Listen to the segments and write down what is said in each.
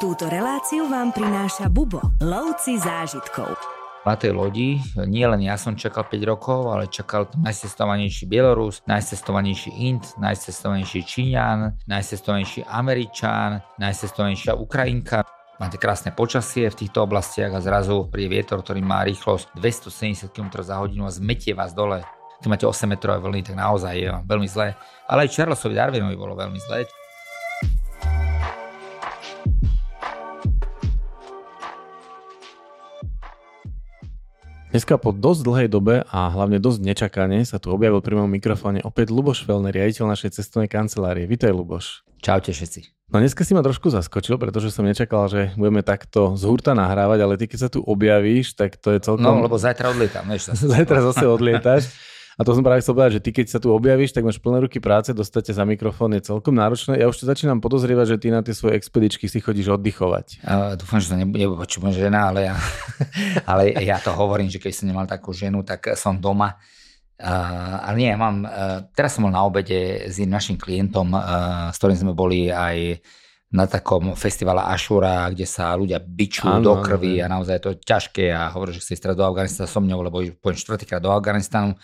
Túto reláciu vám prináša Bubo, lovci zážitkov. Na tej lodi nie len ja som čakal 5 rokov, ale čakal najcestovanejší Bielorus, najcestovanejší Ind, najcestovanejší Číňan, najcestovanejší Američan, najcestovanejšia Ukrajinka. Máte krásne počasie v týchto oblastiach a zrazu príde vietor, ktorý má rýchlosť 270 km za hodinu a zmetie vás dole. Keď máte 8 metrové vlny, tak naozaj je veľmi zlé. Ale aj Charlesovi Darwinovi bolo veľmi zlé. Dneska po dosť dlhej dobe a hlavne dosť nečakane sa tu objavil pri mojom mikrofóne opäť Ľuboš Felner, riaditeľ našej cestovnej kancelárie. Vítaj, Ľuboš. Čaute všetci. No dneska si ma trošku zaskočil, pretože som nečakal, že budeme takto z hurta nahrávať, ale ty keď sa tu objavíš, tak to je celkom... No, lebo zajtra odlietam, vieš. Zajtra zase odlietaš. A to som práve chcel povedať, že ty keď sa tu objavíš, tak máš plné ruky práce, dostať za mikrofón je celkom náročné. Ja už to začínam podozrievať, že ty na tie svoje expedičky si chodíš oddychovať. Dúfam, že to nebude počuť žena, ale ja to hovorím, že keď som nemal takú ženu, tak som doma. Ale nie, teraz som bol na obede s našim klientom, s ktorým sme boli aj na takom festivale Ashura, kde sa ľudia bičujú do krvi a naozaj je to ťažké a hovorí, že chce ísť do Afganistanu so mňou, lebo poviem 4-krát do Afganistanu.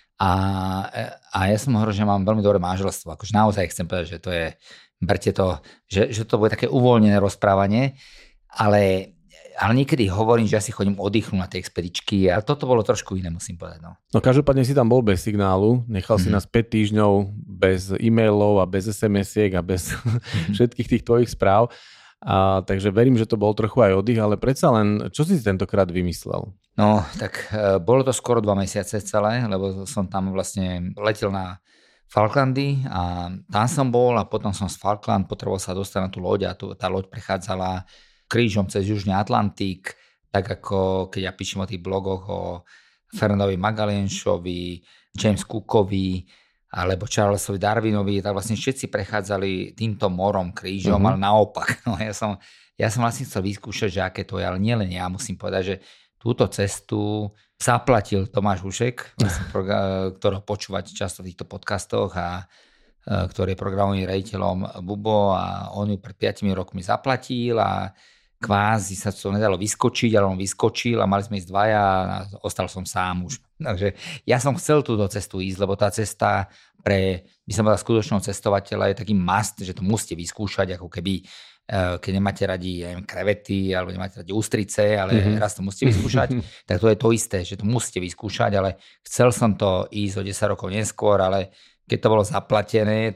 A ja som hovoril, že mám veľmi dobré manželstvo. Akože naozaj chcem povedať, že to je, berte to, že to bude také uvoľnené rozprávanie, ale niekedy hovorím, že ja si chodím oddychnúť na tie expedičky a toto bolo trošku iné, musím povedať. No každopádne si tam bol bez signálu, nechal si nás 5 týždňov bez e-mailov a bez SMS-iek a bez všetkých tých tvojich správ. Takže verím, že to bol trochu aj oddych, ale predsa len, čo si tentokrát vymyslel? No, tak bolo to skoro 2 mesiace celé, lebo som tam vlastne letel na Falklandy a tam som bol a potom som z Falkland potreboval sa dostať na tú loď a tá loď prechádzala krížom cez Južný Atlantik, tak ako keď ja píšem o tých blogoch o Fernandovi Magalhãesovi, James Cookovi alebo Charlesovi Darwinovi, tak vlastne všetci prechádzali týmto morom krížom, ale naopak. No, ja som vlastne chcel vyskúšať, že aké to je, ale nielen ja, musím povedať, že túto cestu zaplatil Tomáš Hušek, ktorého počúvate často v týchto podcastoch a ktorý je programovým riaditeľom Bubo a on ju pred 5 rokmi zaplatil a kvázi sa to nedalo vyskočiť, ale on vyskočil a mali sme ísť dvaja a ostal som sám už. Takže ja som chcel túto cestu ísť, lebo tá cesta pre, by som povedal, skutočného cestovateľa je taký must, že to musíte vyskúšať, ako keby keď nemáte radi krevety alebo nemáte radi ústrice, ale raz to musíte vyskúšať, tak to je to isté, že to musíte vyskúšať, ale chcel som to ísť o 10 rokov neskôr, ale keď to bolo zaplatené,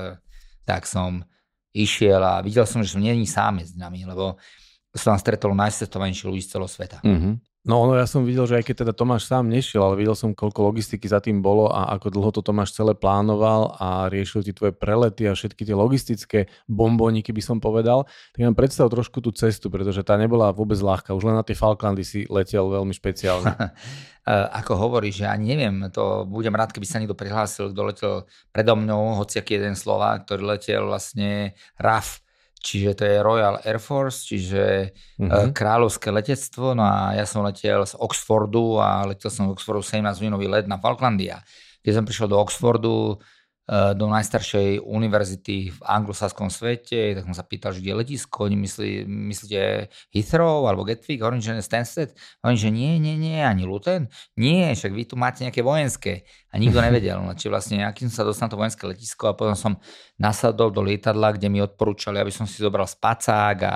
tak som išiel a videl som, že som není sám s nami, lebo som stretol najcestovanejších ľudí z celého sveta. No ja som videl, že aj keď teda Tomáš sám nešiel, ale videl som, koľko logistiky za tým bolo a ako dlho to Tomáš celé plánoval a riešil ti tvoje prelety a všetky tie logistické bombóniky, by som povedal. Tak nám predstav trošku tú cestu, pretože tá nebola vôbec ľahká. Už len na tie Falklandy si letel veľmi špeciálne. Ako hovoríš, že ani neviem, to budem rád, keby sa niekto prihlásil, kto letel predo mnou, hociaký jeden Slovák, ktorý letel vlastne RAF, čiže to je Royal Air Force, čiže kráľovské letectvo. No a ja som letel z Oxfordu a letel som z Oxfordu 17-hodinový let na Falklandia. Keď som prišiel do Oxfordu, do najstaršej univerzity v anglosaskom svete, tak som sa pýtal, že kde je letisko, oni myslíte Heathrow alebo Gatwick, hovorím, že Stansted, hovorím, že nie, ani Luton, nie, však vy tu máte nejaké vojenské a nikto nevedel, či vlastne akým som sa dostal na to vojenské letisko a potom som nasadol do lietadla, kde mi odporúčali, aby som si zobral spacák a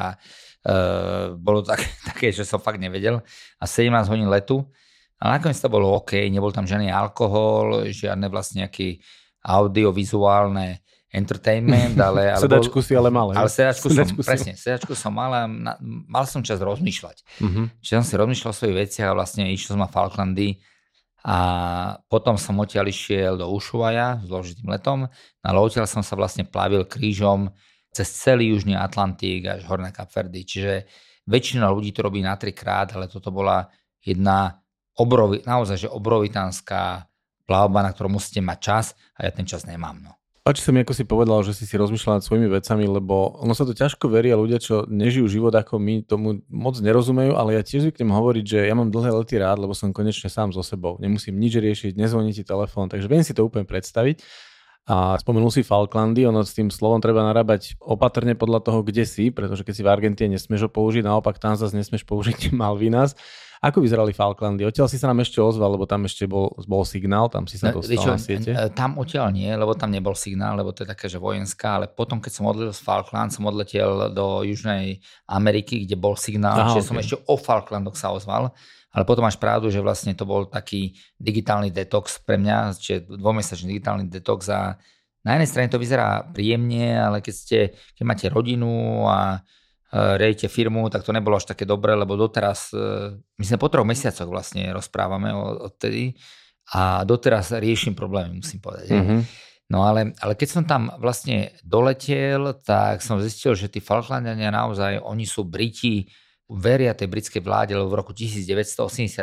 bolo to také, že som fakt nevedel a 17 hodín letu a nakoniec to bolo OK, nebol tam žiadny alkohol, žiadne vlastne nejaký audiovizuálne entertainment, ale sedačku si ale mal. Ale sedačku som mal a mal som čas rozmýšľať. Čiže som si rozmýšľal o svojich veciach a vlastne išiel som na Falklandy a potom som odtiaľ išiel do Ushuaia s dôležitým letom, ale odtiaľ som sa vlastne plavil krížom cez celý Južný Atlantík až hore na Kapverdy. Čiže väčšina ľudí to robí na 3-krát, ale toto bola jedna naozaj že obrovitánska plavba, na ktorú musíte mať čas a ja ten čas nemám. No. Páči sa mi, ako si povedal, že si rozmýšľal nad svojimi vecami, lebo ono sa to ťažko verí a ľudia, čo nežijú život ako my, tomu moc nerozumejú, ale ja tiež zvyknem hovoriť, že ja mám dlhé lety rád, lebo som konečne sám so sebou. Nemusím nič riešiť, nezvoní ti telefón, takže viem si to úplne predstaviť. A spomenul si Falklandy, ono s tým slovom treba narábať opatrne podľa toho, kde si, pretože keď si v Argentíne nesmieš ho použiť, naopak tam zase nesmieš použiť Malvinas. Ako vyzerali Falklandy? Odtiaľ si sa nám ešte ozval, lebo tam ešte bol signál, tam si sa dostal na siete? Tam odtiaľ nie, lebo tam nebol signál, lebo to je také, že vojenská, ale potom, keď som odletel z Falkland, som odletel do Južnej Ameriky, kde bol signál, čiže som ešte o Falklandoch sa ozval. Ale potom máš pravdu, že vlastne to bol taký digitálny detox pre mňa, čiže dvojmesačný digitálny detox a na jednej strane to vyzerá príjemne, ale keď máte rodinu a riadite firmu, tak to nebolo až také dobré, lebo doteraz, my sme po 3 mesiacoch vlastne rozprávame odtedy a doteraz riešim problémy, musím povedať. Mm-hmm. No ale keď som tam vlastne doletel, tak som zistil, že tí Falklandania naozaj, oni sú Briti, veria tej britskej vláde, lebo v roku 1982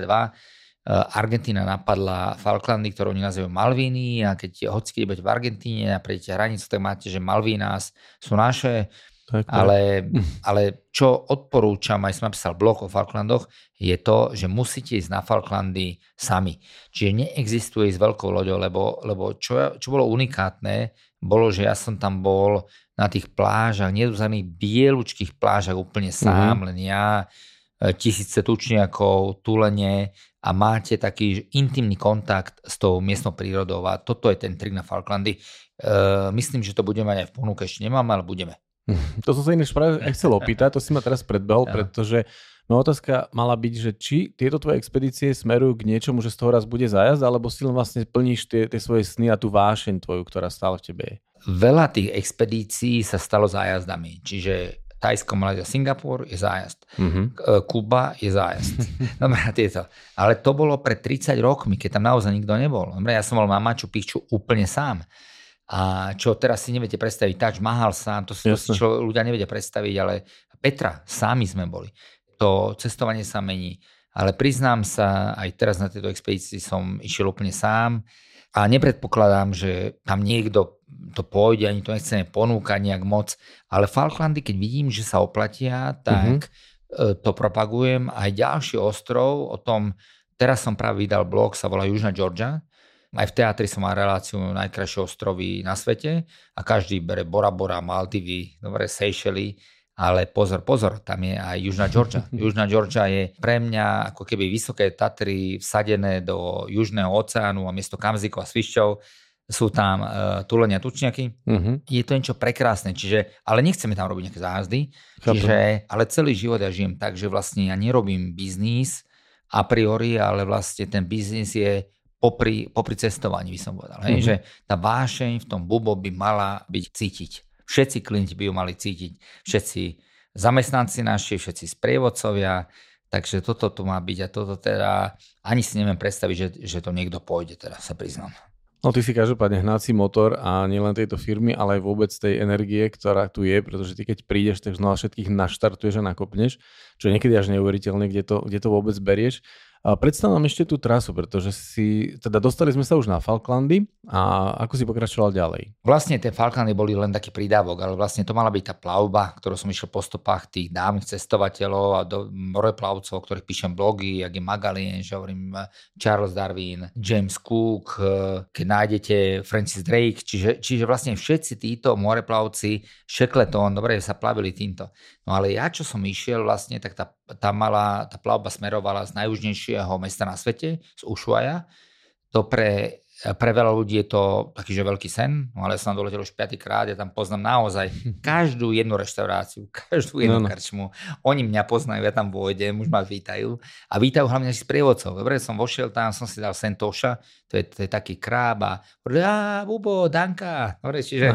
Argentína napadla Falklandy, ktoré oni nazývajú Malviny a keď budete v Argentíne a prejdete hranicu, tak máte, že Malvinas sú naše, ale čo odporúčam, aj som napísal blog o Falklandoch, je to, že musíte ísť na Falklandy sami. Čiže neexistuje ísť veľkou loďou, lebo čo bolo unikátne, bolo, že ja som tam bol na tých plážach, nedúzaných bielučkých plážach úplne sám, len ja, tisíce tučniakov, tulene a máte taký intimný kontakt s tou miestnou prírodou a toto je ten trik na Falklandy. Myslím, že to budeme mať aj v ponuke, ešte nemáme, ale budeme. To som sa inéž práve chcel opýtať, to si ma teraz predbehol, pretože moja otázka mala byť, že či tieto tvoje expedície smerujú k niečomu, že z toho raz bude zájazd, alebo si len vlastne plníš tie svoje sny a tú vášeň tvoju, ktorá stále v tebe je? Veľa tých expedícií sa stalo zájazdami, čiže Thajsko, Malajzia, Singapur je zájazd. Kuba je zájazd. Dobre, tieto. Ale to bolo pred 30 rokmi, keď tam naozaj nikto nebol. Dobre, ja som bol na Machu Picchu úplne sám. A čo teraz si neviete predstaviť, Taj Mahal sám, to si ľudia nevedia predstaviť, ale Petra, sami sme boli. To cestovanie sa mení. Ale priznám sa, aj teraz na tejto expedícii som išiel úplne sám a nepredpokladám, že tam niekto to pôjde, ani to nechceme ponúkať nejak moc. Ale Falklandy, keď vidím, že sa oplatia, tak to propagujem. Aj ďalší ostrov, o tom, teraz som práve vydal blog, sa volá Južná Georgia. Aj v teatri som mal reláciu najkrajšie ostrovy na svete a každý bere Bora Bora, Maldivy, dobre, Seychely, ale pozor, tam je aj Južná Georgia. Južná Georgia je pre mňa ako keby vysoké Tatry vsadené do Južného oceánu a miesto kamzíkov a svišťov sú tam tulenia tučniaky. Je to niečo prekrásne, ale nechceme tam robiť nejaké zájazdy, ale celý život ja žijem tak, že vlastne ja nerobím biznis a priori, ale vlastne ten biznis je popri cestovaní, by som povedal. Že tá vášeň v tom bubo by mala byť cítiť. Všetci klienti by ju mali cítiť. Všetci zamestnanci naši, všetci sprievodcovia. Takže toto tu má byť a toto teda ani si neviem predstaviť, že to niekto pôjde, teda sa priznám. No ty si každopádne hnací motor a nielen tejto firmy, ale aj vôbec tej energie, ktorá tu je, pretože ty keď prídeš, tak znova všetkých naštartuješ a nakopneš, čo je niekedy až neuveriteľné, kde to vôbec berieš. A predstav nám ešte tú trasu, pretože dostali sme sa už na Falklandy a ako si pokračoval ďalej? Vlastne tie Falklandy boli len taký prídavok, ale vlastne to mala byť tá plavba, ktorú som išiel po stopách tých dávnych cestovateľov a moreplavcov, o ktorých píšem blogy, jak je Magalhães, hovorím Charles Darwin, James Cook, keď nájdete Francis Drake, čiže vlastne všetci títo moreplavci, Shackleton, dobre, sa plavili týmto. No ale ja, čo som išiel vlastne, tak tá plavba smerovala z najjužnejšieho mesta na svete, z Ushuaia. To pre veľa ľudí je to taký, že veľký sen, no ale som doletel už 5. krát, ja tam poznám naozaj každú jednu reštauráciu, každú jednu krčmu. Oni mňa poznajú, ja tam vôjdem, už ma vítajú. A vítajú hlavne našich sprievodcov. Dobre, som vošiel tam, som si dal Sentoša, to je taký kráb a Bubo, Danka. Dobre, čiže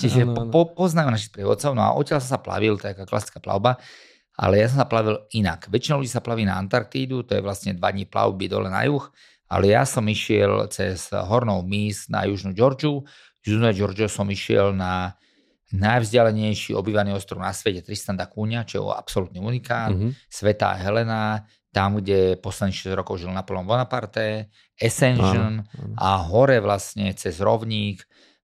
poznajú našich sprievodcov. No a odtiaľ som sa plavil, to je taká klasická plavba. Ale ja som sa plavil inak. Väčšina ľudí sa plaví na Antarktídu, to je vlastne 2 dní plavby dole na juh, ale ja som išiel cez Hornou Mís na Južnú Georgiu. Z Južnej Georgie som išiel na najvzdialenejší obývaný ostrov na svete, Tristan da Cunha, čo je absolútny unikát, Svätá Helena, tam, kde posledných 6 rokov žil Napoleon Bonaparte, Ascension a hore vlastne cez rovník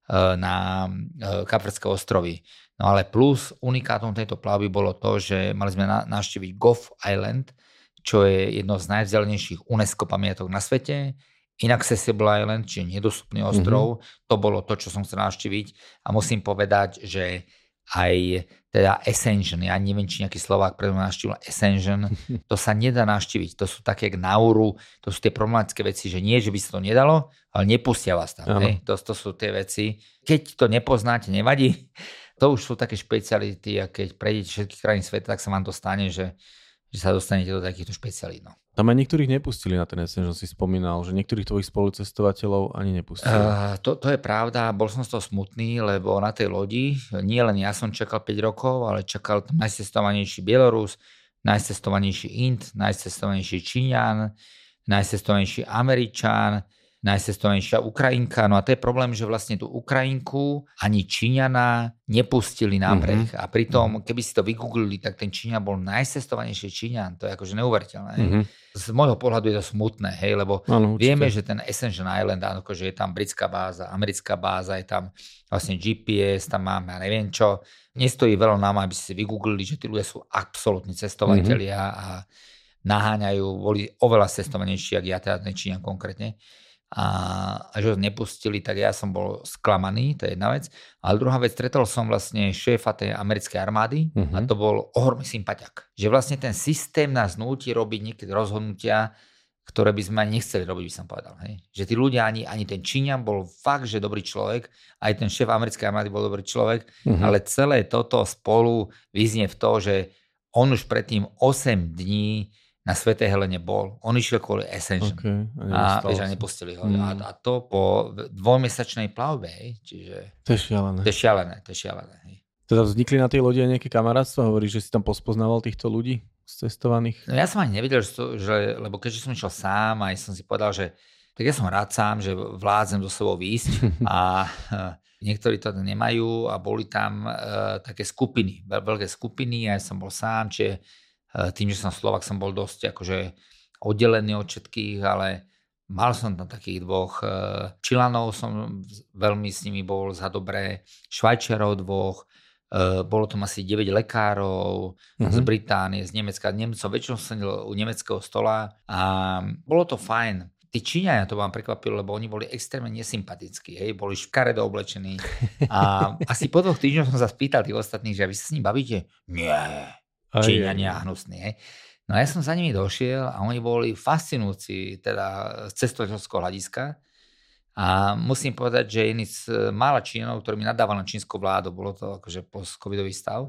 na Kapverdské ostrovy. No ale plus unikátom tejto plavby bolo to, že mali sme navštíviť Gough Island, čo je jedno z najvzdialenejších UNESCO pamiatok na svete. Inaccessible Island, čiže nedostupný ostrov, to bolo to, čo som chcel navštíviť a musím povedať, že aj teda Ascension, ja neviem, či nejaký Slovák predo mňa navštívil Ascension, to sa nedá navštíviť, to sú také k Nauru, to sú tie problematické veci, že nie, že by sa to nedalo, ale nepustia vás tam, hej? To sú tie veci. Keď to nepoznáte, nevadí, to už sú také špeciality a keď prejdete všetky krajiny sveta, tak sa vám to stane, že sa dostanete do takýchto špecialít. No. Tam aj niektorých nepustili na ten Ascension, si spomínal, že niektorých tvojich spolucestovateľov ani nepustili. To je pravda, bol som z toho smutný, lebo na tej lodi, nie len ja som čakal 5 rokov, ale čakal tam najcestovanejší Bielorus, najcestovanejší Ind, najcestovanejší Číňan, najcestovanejší Američan, najcestovanejšia Ukrajinka. No a to je problém, že vlastne tú Ukrajinku ani Číňana nepustili na breh. A pritom, keby si to vygooglili, tak ten Číňan bol najcestovanejší Číňan. To je akože neuveriteľné. Z môjho pohľadu je to smutné, hej, lebo vieme, že ten Ascension Island, akože je tam britská báza, americká báza, je tam vlastne GPS, tam máme, ja neviem čo. Nestojí veľa nám, aby si vygooglili, že tí ľudia sú absolútni cestovatelia a naháňajú, boli oveľa cestovanejší, ako ja teda ten Číňan konkrétne. A že ho nepustili, tak ja som bol sklamaný, to je jedna vec. Ale druhá vec, stretol som vlastne šéfa tej americkej armády a to bol ohromný sympatiak. Že vlastne ten systém nás núti robiť niekedy rozhodnutia, ktoré by sme ani nechceli robiť, by som povedal. Hej. Že tí ľudia, ani ten Číňan bol fakt, že dobrý človek, aj ten šéf americkej armády bol dobrý človek, ale celé toto spolu vyznie v to, že on už predtým 8 dní na Svätej Helene bol. On išiel kvôli Ascension. A nepustili ho. A to po 2-mesačnej plavbe. Čiže to je šialené. To je šialené. Hej. Teda vznikli na tej lodi aj nejaké kamarátstva? Hovoríš, že si tam pospoznával týchto ľudí z cestovaných? No ja som ani nevedel, lebo keďže som išiel sám, aj som si povedal, že tak ja som rád sám, že vládzem so sebou výjsť a niektorí to nemajú a boli tam také skupiny, veľké skupiny a ja som bol sám, čiže tým, že som Slovák, som bol dosť akože oddelený od všetkých, ale mal som tam takých 2 Čilanov, som veľmi s nimi bol za dobré, Švajčiarov 2, bolo tam asi 9 lekárov z Británie, z Nemecka, Nemcov, väčšinou som sedel u nemeckého stola a bolo to fajn. Tí Číňania, to vám prekvapilo, lebo oni boli extrémne nesympatickí, hej, boli škaredo oblečení a asi po 2 týždňoch som sa spýtal tých ostatných, že vy sa s ním bavíte? Nie. Číňania hnusní. Hej. No a ja som za nimi došiel a oni boli fascinujúci teda z cestovateľského hľadiska a musím povedať, že jedný z mála Číňanov, ktorý mi nadával na čínsku vládu, bolo to akože post-covidový stav,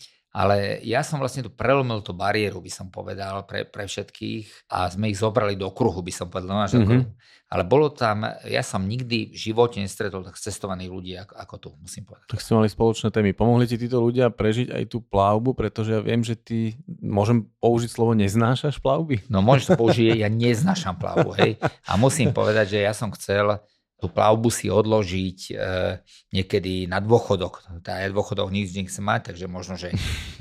ale ja som vlastne tu prelomil tú bariéru, by som povedal, pre všetkých a sme ich zobrali do kruhu, by som povedal. Ale bolo tam, ja som nikdy v živote nestretol tak cestovaných ľudí ako tu, musím povedať. Tak ste mali spoločné témy. Pomohli ti títo ľudia prežiť aj tú plavbu, pretože ja viem, že ty, môžem použiť slovo, neznášaš plavby? No môžeš to použiť, ja neznášam plavbu, hej. A musím povedať, že ja som chcel tú plavbu si odložiť niekedy na dôchodok. Ja dôchodok nikdy nechcem mať, takže možno, že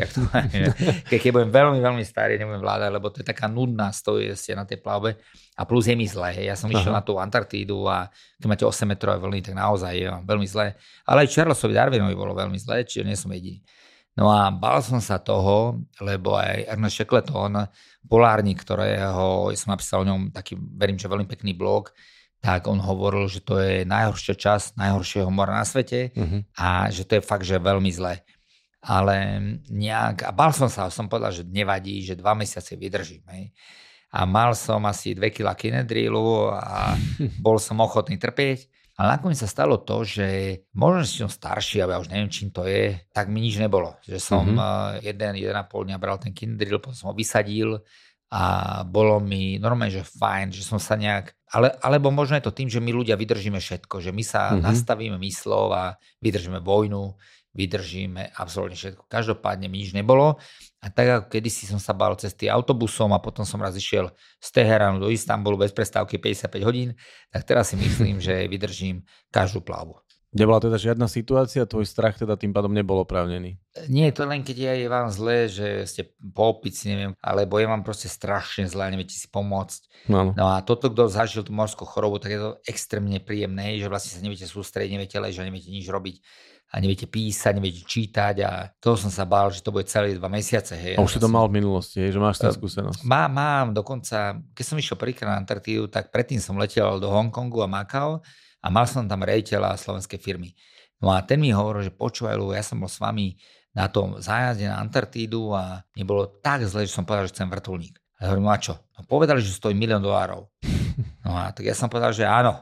keď budem veľmi, veľmi starý, nebudem vládať, lebo to je taká nudná stojíte na tej plavbe a plus je mi zle. Ja som išiel na tú Antarktídu a keď máte 8 metrové vlny, tak naozaj je veľmi zle. Ale aj Charlesovi Darwinovi bolo veľmi zle, čiže nie som jediný. No a bál som sa toho, lebo aj Ernest Shackleton, polárnik, ktorého som napísal o ňom taký, verím, že veľmi pekný blog, tak on hovoril, že to je najhoršia časť najhoršieho mora na svete a že to je fakt, že veľmi zlé. Ale a bál som povedal, že nevadí, že 2 mesiace vydržím. Hej. A mal som asi 2 kg kinedrilu a bol som ochotný trpieť. Ale nakoniec sa stalo to, že možno, že som starší, ale ja už neviem, čím to je, tak mi nič nebolo. Že som 1,5 dňa bral ten kinedril, potom som ho vysadil a bolo mi normálne, že fajn, že som sa nejak, alebo možno je to tým, že my ľudia vydržíme všetko, že my sa nastavíme myslov a vydržíme vojnu, vydržíme absolútne všetko. Každopádne mi nič nebolo a tak ako kedysi som sa bál cesty autobusom a potom som raz išiel z Teheránu do Istanbulu bez prestávky 55 hodín, tak teraz si myslím, že vydržím každú plavbu. Nebola teda žiadna situácia, tvoj strach teda tým pádom nebol oprávnený? Nie, to len keď je vám zle, že ste po opici, neviem, alebo je vám proste strašne zle a neviete si pomôcť. No a toto, kto zažil tú morskú chorobu, tak je to extrémne príjemné, že vlastne sa neviete sústrediť, neviete ležať, neviete nič robiť. a neviete písať, neviete čítať a toho som sa bál, že to bude celé 2 mesiace. Hej, a už si to mal v minulosti, že máš tú skúsenosť. Mám dokonca, keď som išiel prvýkrát na Antarktídu, tak predtým som letel do Hongkongu a Makao a mal som tam riaditeľa slovenskej firmy. No a ten mi hovoril, že počúvaj, ja som bol s vami na tom zájazde na Antarktídu a mne bolo tak zle, že som povedal, že chcem vrtuľník. A ja hovorím, a čo? No povedali, že stojí $1 000 000. No a tak ja som povedal, že áno,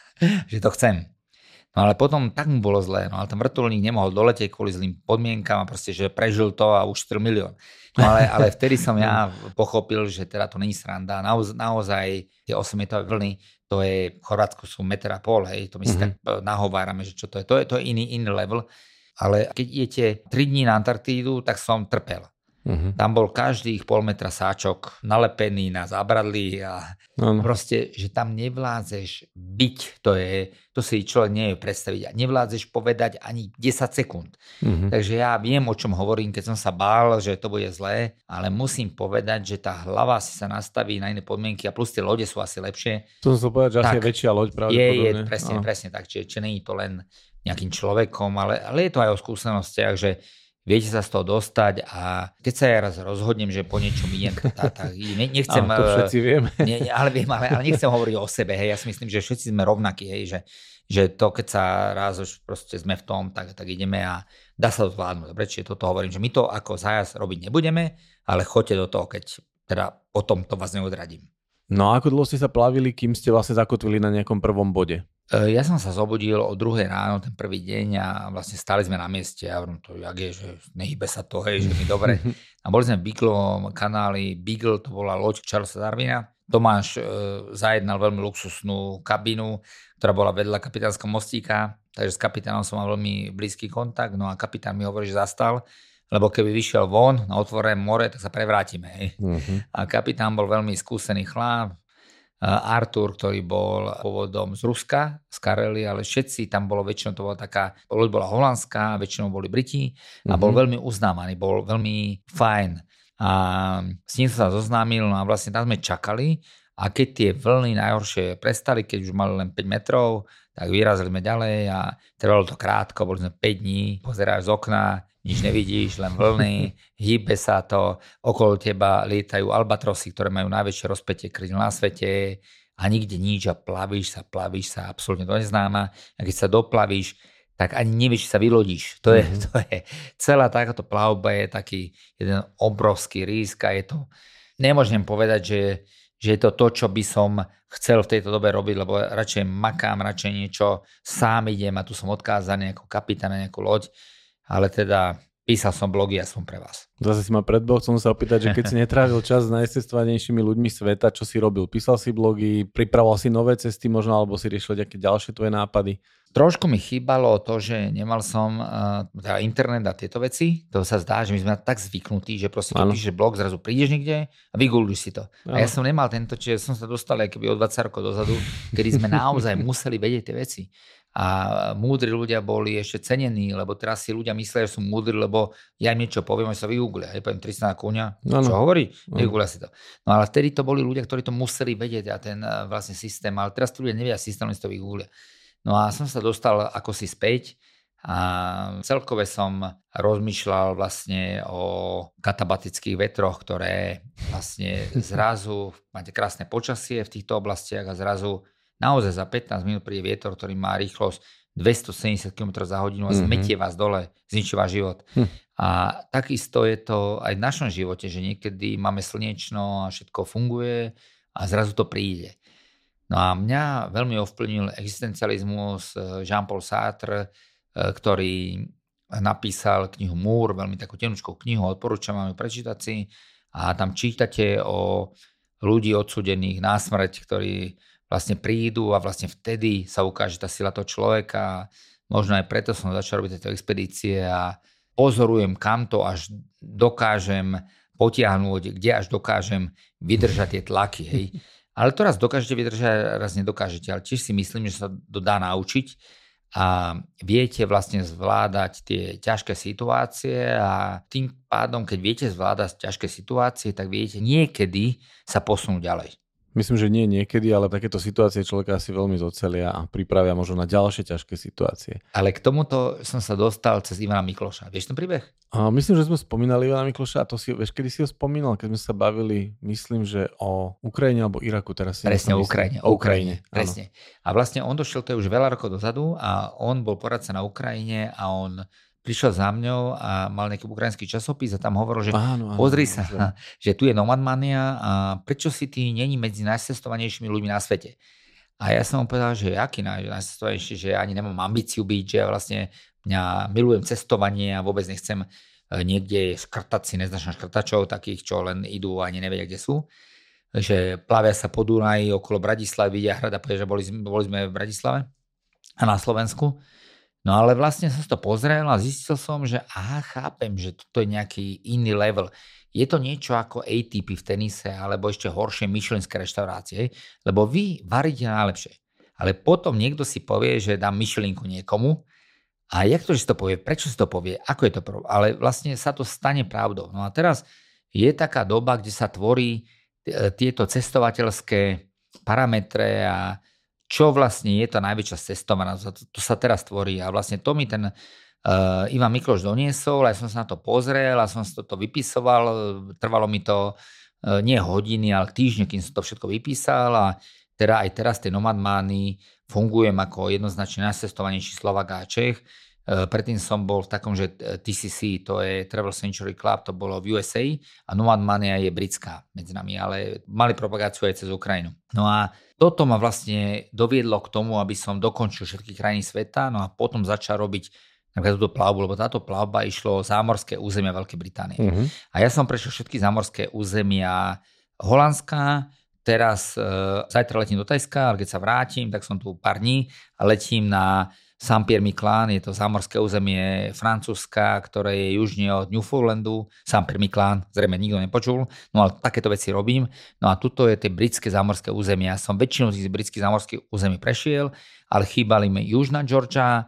že to chcem. No ale potom tak mu bolo zlé, no ale ten vrtuľník nemohol doletieť kvôli zlým podmienkam a proste, že prežil to a ušetril $1 000 000. No ale vtedy som ja pochopil, že teda to není sranda. Naozaj tie 8-metrové vlny, to je, v Chorvátsku sú 1,5 metra, hej, to my si tak nahovárame, že čo to je. To je iný level. Ale keď idete 3 dní na Antarktídu, tak som trpel. Tam bol každých pol metra sáčok nalepený na zábradlí a proste, že tam nevládzeš byť, to si človek nevie predstaviť a nevládzeš povedať ani 10 sekúnd. Takže ja viem, o čom hovorím, keď som sa bál, že to bude zlé, ale musím povedať, že tá hlava si sa nastaví na iné podmienky a plus tie lode sú asi lepšie. To som povedať, že asi je väčšia loď pravdepodobne. Je, presne tak, čiže nie je to len nejakým človekom, ale je to aj o skúsenostiach, že viete sa z toho dostať a keď sa ja raz rozhodnem, že po niečom idem, tak nechcem... to všetci vieme. Ale nechcem hovoriť o sebe, hej, ja si myslím, že všetci sme rovnakí, hej, že to, keď sa raz už proste sme v tom, tak ideme a dá sa to zvládnuť. Dobre, čiže toto hovorím, že my to ako zájazd robiť nebudeme, ale choďte do toho, keď teda potom to vás neodradím. No a ako dlho ste sa plavili, kým ste vlastne zakotvili na nejakom prvom bode? Ja som sa zobudil o 2:00 ráno ten prvý deň a vlastne stáli sme na mieste a hovorím to, jak je, že nehybe sa to, hej, že mi dobre. A boli sme v Beagleovom kanáli, Beagle to bola loď Charlesa Darwina. Tomáš zajednal veľmi luxusnú kabínu, ktorá bola vedľa kapitánskeho mostíka, takže s kapitánom som mal veľmi blízky kontakt, no a kapitán mi hovorí, že zastal, lebo keby vyšiel von na otvorené more, tak sa prevrátime. Hej. A kapitán bol veľmi skúsený chlap, Artur, ktorý bol pôvodom z Ruska, z Karely, ale všetci tam bolo, väčšinou to bola taká, loď bola holandská, väčšinou boli Briti a bol veľmi uznávaný, bol veľmi fajn. A s ním som sa zoznámil, no a vlastne tam sme čakali a keď tie vlny najhoršie prestali, keď už mali len 5 metrov, tak vyrazili sme ďalej a trvalo to krátko, boli sme 5 dní, pozeráš z okna, nič nevidíš, len vlny, hýbe sa to, okolo teba lietajú albatrosy, ktoré majú najväčšie rozpätie krídel na svete a nikde nič a plavíš sa absolútne do neznáma a keď sa doplavíš, tak ani nevieš, či sa vylodíš. To je celá takáto plavba je taký jeden obrovský risk a je to, nemôžem povedať, že je to to, čo by som chcel v tejto dobe robiť, lebo radšej makám, radšej niečo sám idem a tu som odkázaný ako kapitán na nejakú loď. Ale teda písal som blogy a som pre vás. Zase si ma predbehol, chcem sa opýtať, že keď si netrávil čas s najcestovanejšími ľuďmi sveta, čo si robil? Písal si blogy, pripravoval si nové cesty možno, alebo si riešil nejaké ďalšie tvoje nápady? Trošku mi chýbalo to, že nemal som internet a tieto veci. To sa zdá, že my sme tak zvyknutí, že proste keď píšeš blog, zrazu prídeš niekde a vygooglíš si to. A ja som nemal tento, čiže som sa dostal aj keby o 20 rokov dozadu, kedy sme naozaj museli vedieť tie veci. A múdri ľudia boli ešte cenení, lebo teraz si ľudia myslia, že sú múdri, lebo ja im niečo poviem, že sa vygooglia. Ja poviem Tristan Kúňa, čo hovorí? Vygooglia si to. No ale vtedy to boli ľudia, ktorí to museli vedieť a ten vlastne systém, ale teraz tí ľudia nevia systém, len si to vygooglia. No a som sa dostal ako si späť a celkové som rozmýšľal vlastne o katabatických vetroch, ktoré vlastne zrazu, máte krásne počasie v týchto oblastiach a zrazu naozaj za 15 minút príde vietor, ktorý má rýchlosť 270 km za hodinu a zmetie vás dole, zničí váš život. A takisto je to aj v našom živote, že niekedy máme slnečno a všetko funguje a zrazu to príde. No a mňa veľmi ovplyvnil existencializmus Jean-Paul Sartre, ktorý napísal knihu Múr, veľmi takú tenučkú knihu, odporúčam vám ju prečítať si a tam čítate o ľudí odsúdených na smrť, ktorí vlastne prídu a vlastne vtedy sa ukáže tá sila toho človeka. Možno aj preto som začal robiť tieto expedície a pozorujem, kam to až dokážem potiahnuť, kde až dokážem vydržať tie tlaky. Hej. Ale to raz dokážete vydržať, raz nedokážete. Ale tiež si myslím, že sa to dá naučiť a viete vlastne zvládať tie ťažké situácie a tým pádom, keď viete zvládať ťažké situácie, tak viete niekedy sa posunúť ďalej. Myslím, že nie niekedy, ale takéto situácie človeka asi veľmi zocelia a pripravia možno na ďalšie ťažké situácie. Ale k tomuto som sa dostal cez Ivana Mikloša. Vieš ten príbeh? Myslím, že sme spomínali Ivana Mikloša a to si, vieš, kedy si ho spomínal, keď sme sa bavili, myslím, že o Ukrajine alebo Iraku teraz. Presne, o Ukrajine. O Ukrajine, presne. Áno. A vlastne on došiel, to je už veľa rokov dozadu a on bol poradca na Ukrajine a on prišiel za mňou a mal nejaký ukrajinský časopis a tam hovoril, že pozri sa, že tu je Nomadmania a prečo si ty není medzi najcestovanejšími ľuďmi na svete. A ja som mu povedal, že aký najcestovanejší, že ja ani nemám ambíciu byť, že ja vlastne milujem cestovanie a vôbec nechcem niekde škrtať si, neznačná škrtačov, takých, čo len idú a ani nevedia, kde sú. Že plavia sa po Dunaji okolo Bratislavy, vidia hrad a povedia, že boli sme v Bratislave a na Slovensku. No ale vlastne som to pozrel a zistil som, že chápem, že toto je nejaký iný level. Je to niečo ako ATP v tenise, alebo ešte horšie michelinské reštaurácie, lebo vy varíte najlepšie. Ale potom niekto si povie, že dám Michelinku niekomu a jak to, že si to povie, prečo si to povie, ako je to ale vlastne sa to stane pravdou. No a teraz je taká doba, kde sa tvorí tieto cestovateľské parametre a čo vlastne je to najväčšia cestovanosť. To sa teraz tvorí a vlastne to mi ten Ivan Mikloš doniesol, aj som sa na to pozrel a som si to vypisoval. Trvalo mi to nie hodiny, ale týždne, kým som to všetko vypísal a teda aj teraz tie Nomadmany fungujem ako jednoznačne najcestovanejší Slovák a Čech. Predtým som bol v takom, že TCC, to je Travel Century Club, to bolo v USA a Nomadmania je britská medzi nami, ale mali propagáciu aj cez Ukrajinu. No a toto ma vlastne doviedlo k tomu, aby som dokončil všetky krajiny sveta, no a potom začal robiť napríklad túto plavbu, lebo táto plavba išlo zámorské územia Veľkej Británie. A ja som prešiel všetky zámorské územia Holandska, teraz zajtra letím do Tajska, ale keď sa vrátim, tak som tu pár dní a letím na Saint-Pierre-Miquelon, je to zámorské územie Francúzska, ktoré je južne od Newfoundlandu. Saint-Pierre-Miquelon, zrejme nikto nepočul, no ale takéto veci robím. No a tuto je tie britské zámorské územia. Ja som väčšinu z britských zámorských území prešiel, ale chýbali mi Južná Georgia,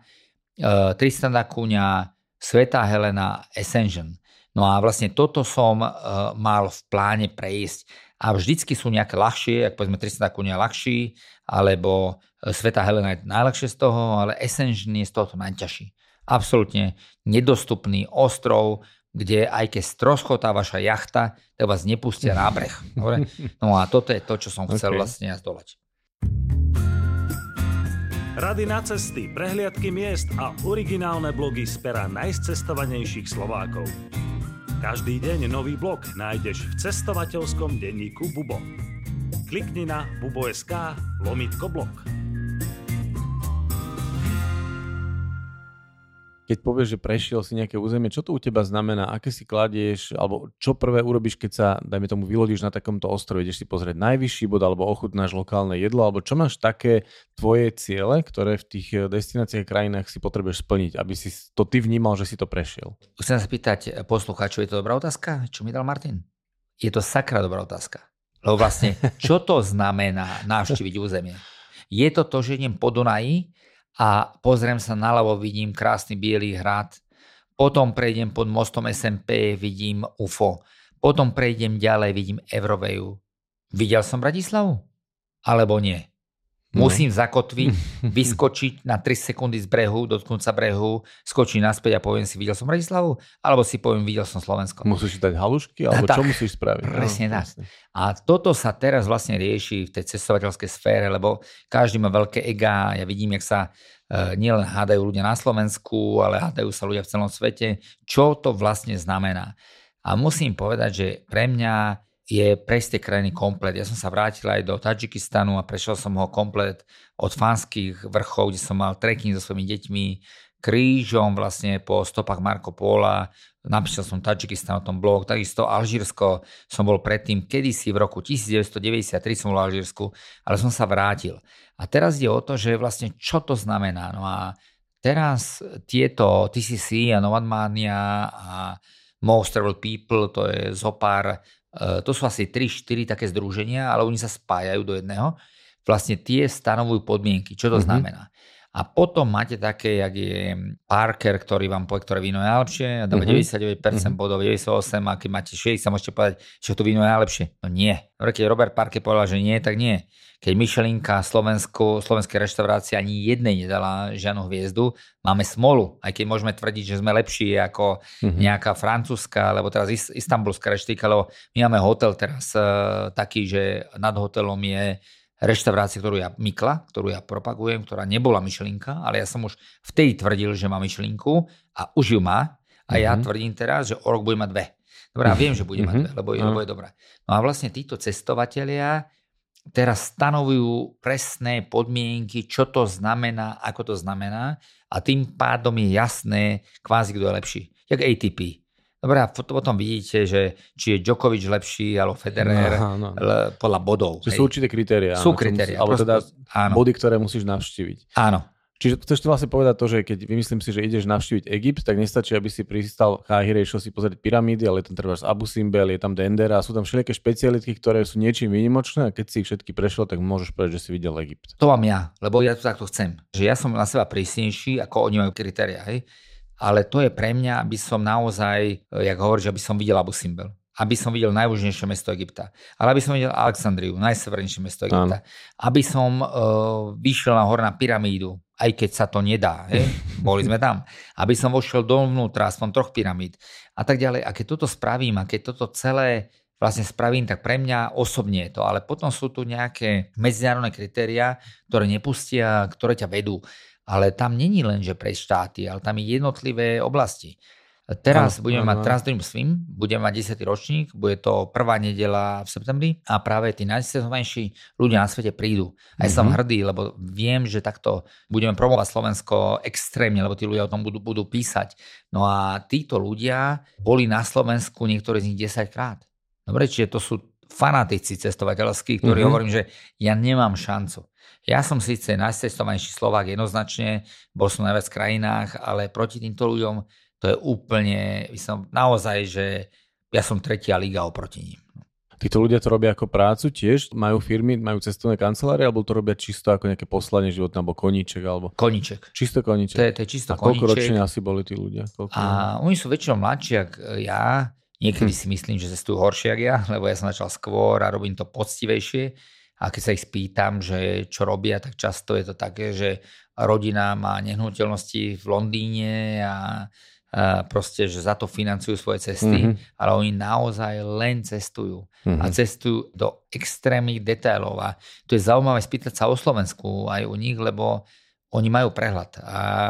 Tristan da Cunha, Svätá Helena, Ascension. No a vlastne toto som mal v pláne prejsť. A vždycky sú nejaké ľahšie, ako povedzme Tristan da Cunha ľahší, alebo Svätá Helena je najľahšie z toho, ale Ascension je z tohoto najťažší. Absolútne nedostupný ostrov, kde aj keď stroskotá vaša jachta, tak vás nepustia na breh. Dobre? No a toto je to, čo som chcel vlastne zdolať. Rady na cesty, prehliadky miest a originálne blogy z pera najcestovanejších Slovákov. Každý deň nový blog nájdeš v cestovateľskom denníku Bubo. Klikni na bubo.sk/blog. Keď povieš, že prešiel si nejaké územie, čo to u teba znamená? Aké si kladieš, alebo čo prvé urobíš, keď sa, dajme tomu, vylodíš na takomto ostrove? Ideš si pozrieť najvyšší bod, alebo ochutnáš lokálne jedlo, alebo čo máš také tvoje ciele, ktoré v tých destináciách a krajinách si potrebuješ splniť, aby si to ty vnímal, že si to prešiel? Chcem sa spýtať poslucháčov, je to dobrá otázka? Čo mi dal Martin? Je to sakra dobrá otázka. Lebo vlastne, čo to znamená navštíviť územie? Je to to, že idem po Dunaji a pozriem sa naľavo, vidím krásny biely hrad, potom prejdem pod mostom SMP, vidím UFO, potom prejdem ďalej, vidím Euroveju. Videl som Bratislavu? Alebo nie? Musím zakotviť, vyskočiť na 3 sekundy z brehu, dotknúť sa brehu, skočiť naspäť a poviem si, videl som Bratislavu? Alebo si poviem, videl som Slovensko. Musíš dať halušky? Alebo čo musíš spraviť? Presne tak. A toto sa teraz vlastne rieši v tej cestovateľskej sfére, lebo každý má veľké ega. Ja vidím, jak sa nielen hádajú ľudia na Slovensku, ale hádajú sa ľudia v celom svete. Čo to vlastne znamená? A musím povedať, že pre mňa je prejsť tie krajiny komplet. Ja som sa vrátil aj do Tadžikistanu a prešiel som ho komplet od Fanských vrchov, kde som mal trekking so svojimi deťmi, krížom vlastne po stopách Marco Pola. Napísal som Tadžikistan o tom blog, takisto Alžírsko som bol predtým, kedysi v roku 1993 som bol v Alžírsku, ale som sa vrátil. A teraz ide o to, že vlastne čo to znamená. No a teraz tieto TCC a Nomadmania a Most Traveled People, to je zopár. To sú asi 3-4 také združenia, ale oni sa spájajú do jedného. Vlastne tie stanovujú podmienky. Čo to znamená? A potom máte také, jak je Parker, ktorý vám povie, ktoré víno je najlepšie, a dáva 99% bodov, 98, a keď máte 60, môžete povedať, že to víno je najlepšie. No nie. Keď Robert Parker povedal, že nie, tak nie. Keď Michelinka slovenské reštaurácie ani jednej nedala žiadnu hviezdu, máme smolu, aj keď môžeme tvrdiť, že sme lepší ako nejaká francúzska, alebo teraz istanbulská reštaurácia, lebo my máme hotel teraz taký, že nad hotelom je reštaurácia, ktorú ja propagujem, ktorá nebola Michelinka, ale ja som už vtedy tvrdil, že má Michelinku a už ju má. A ja tvrdím teraz, že o rok bude mať 2. Dobre, ja viem, že bude mať 2, lebo je dobré. No a vlastne títo cestovatelia teraz stanovujú presné podmienky, čo to znamená, ako to znamená, a tým pádom je jasné kvázi, kto je lepší. Jak ATP. Dobre, a potom vidíte, že či je Djokovic lepší, alebo Federer, podľa bodov. Čiže sú určité kritériá. Sú kritériá. Alebo teda body, ktoré musíš navštíviť. Áno. Čiže chceš vlastne povedať to, že keď vymyslím si, že ideš navštíviť Egypt, tak nestačí, aby si pristal v Káhire, išiel si pozrieť pyramídy, ale je tam treba Abu Simbel, je tam Dendera, sú tam všelijaké špecialitky, ktoré sú niečím výnimočné, a keď si ich všetky prešiel, tak môžeš povedať, že si videl Egypt. To mám ja, lebo ja to takto chcem. Že ja som na seba prísnejší, ako oni majú kritériá, hej. Ale to je pre mňa, aby som naozaj, jak hovoríš, aby som videl Abu Simbel. Aby som videl najjužnejšie mesto Egypta. Ale aby som videl Alexandriu, najsevernejšie mesto Egypta. Aby som vyšiel nahor na pyramídu, aj keď sa to nedá. Boli sme tam. Aby som vošiel dovnútra, aspoň 3 pyramíd. A tak ďalej. A keď toto spravím, a keď toto celé vlastne spravím, tak pre mňa osobne je to. Ale potom sú tu nejaké medzinárodné kritériá, ktoré nepustia, ktoré ťa vedú. Ale tam není len, že pre štáty, ale tam je jednotlivé oblasti. Teraz budeme mať Transdream Swim, budeme mať 10. ročník, bude to prvá nedeľa v septembri a práve tí najsvetovejší ľudia na svete prídu. Aj som hrdý, lebo viem, že takto budeme promovať Slovensko extrémne, lebo tí ľudia o tom budú písať. No a títo ľudia boli na Slovensku, niektorí z nich 10 krát. Dobre, čiže to sú fanatici cestovateľskí, ktorí hovorím, že ja nemám šancu. Ja som síce najcestovanejší Slovák jednoznačne, bol som na viac krajinách, ale proti týmto ľuďom to je úplne, naozaj, že ja som 3. liga oproti ním. Títo ľudia to robia ako prácu tiež? Majú firmy, majú cestovné kancelárie, alebo to robia čisto ako nejaké poslanie životné, alebo koníček? Alebo... Koníček. Čisto koníček. To je čisto koníček. A koľko ročne asi boli tí ľudia? Oni sú väčšinou mladší, ako ja. Niekedy si myslím, že cestujú horšie, ako ja, lebo ja som začal skôr a robím to poctivejšie. A keď sa ich spýtam, že čo robia, tak často je to také, že rodina má nehnuteľnosti v Londýne a proste, že za to financujú svoje cesty, ale oni naozaj len cestujú. A cestujú do extrémnych detailov. A to je zaujímavé spýtať sa o Slovensku aj u nich, lebo oni majú prehľad.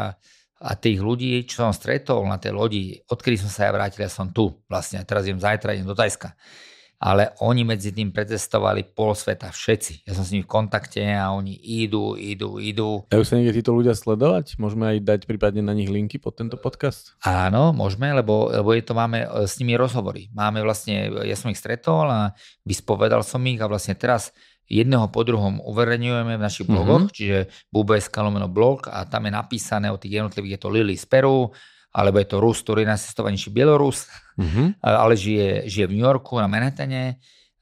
A tých ľudí, čo som stretol na tej lodi, odkedy som sa ja vrátil, ja som tu vlastne. A teraz zajtra idem do Thajska. Ale oni medzi tým pretestovali pol sveta, všetci. Ja som s nimi v kontakte a oni idú. Dajú sa niekde títo ľudia sledovať? Môžeme aj dať prípadne na nich linky pod tento podcast? Áno, môžeme, lebo máme s nimi rozhovory. Máme vlastne, ja som ich stretol a vyspovedal som ich a vlastne teraz jedného po druhom uverejňujeme v našich blogoch, čiže bubo.sk/blog a tam je napísané o tých jednotlivých, je to Lily z Peru, alebo je to Rus, ktorý je najcestovanejší Bielorus, ale žije v New Yorku, na Manhattane.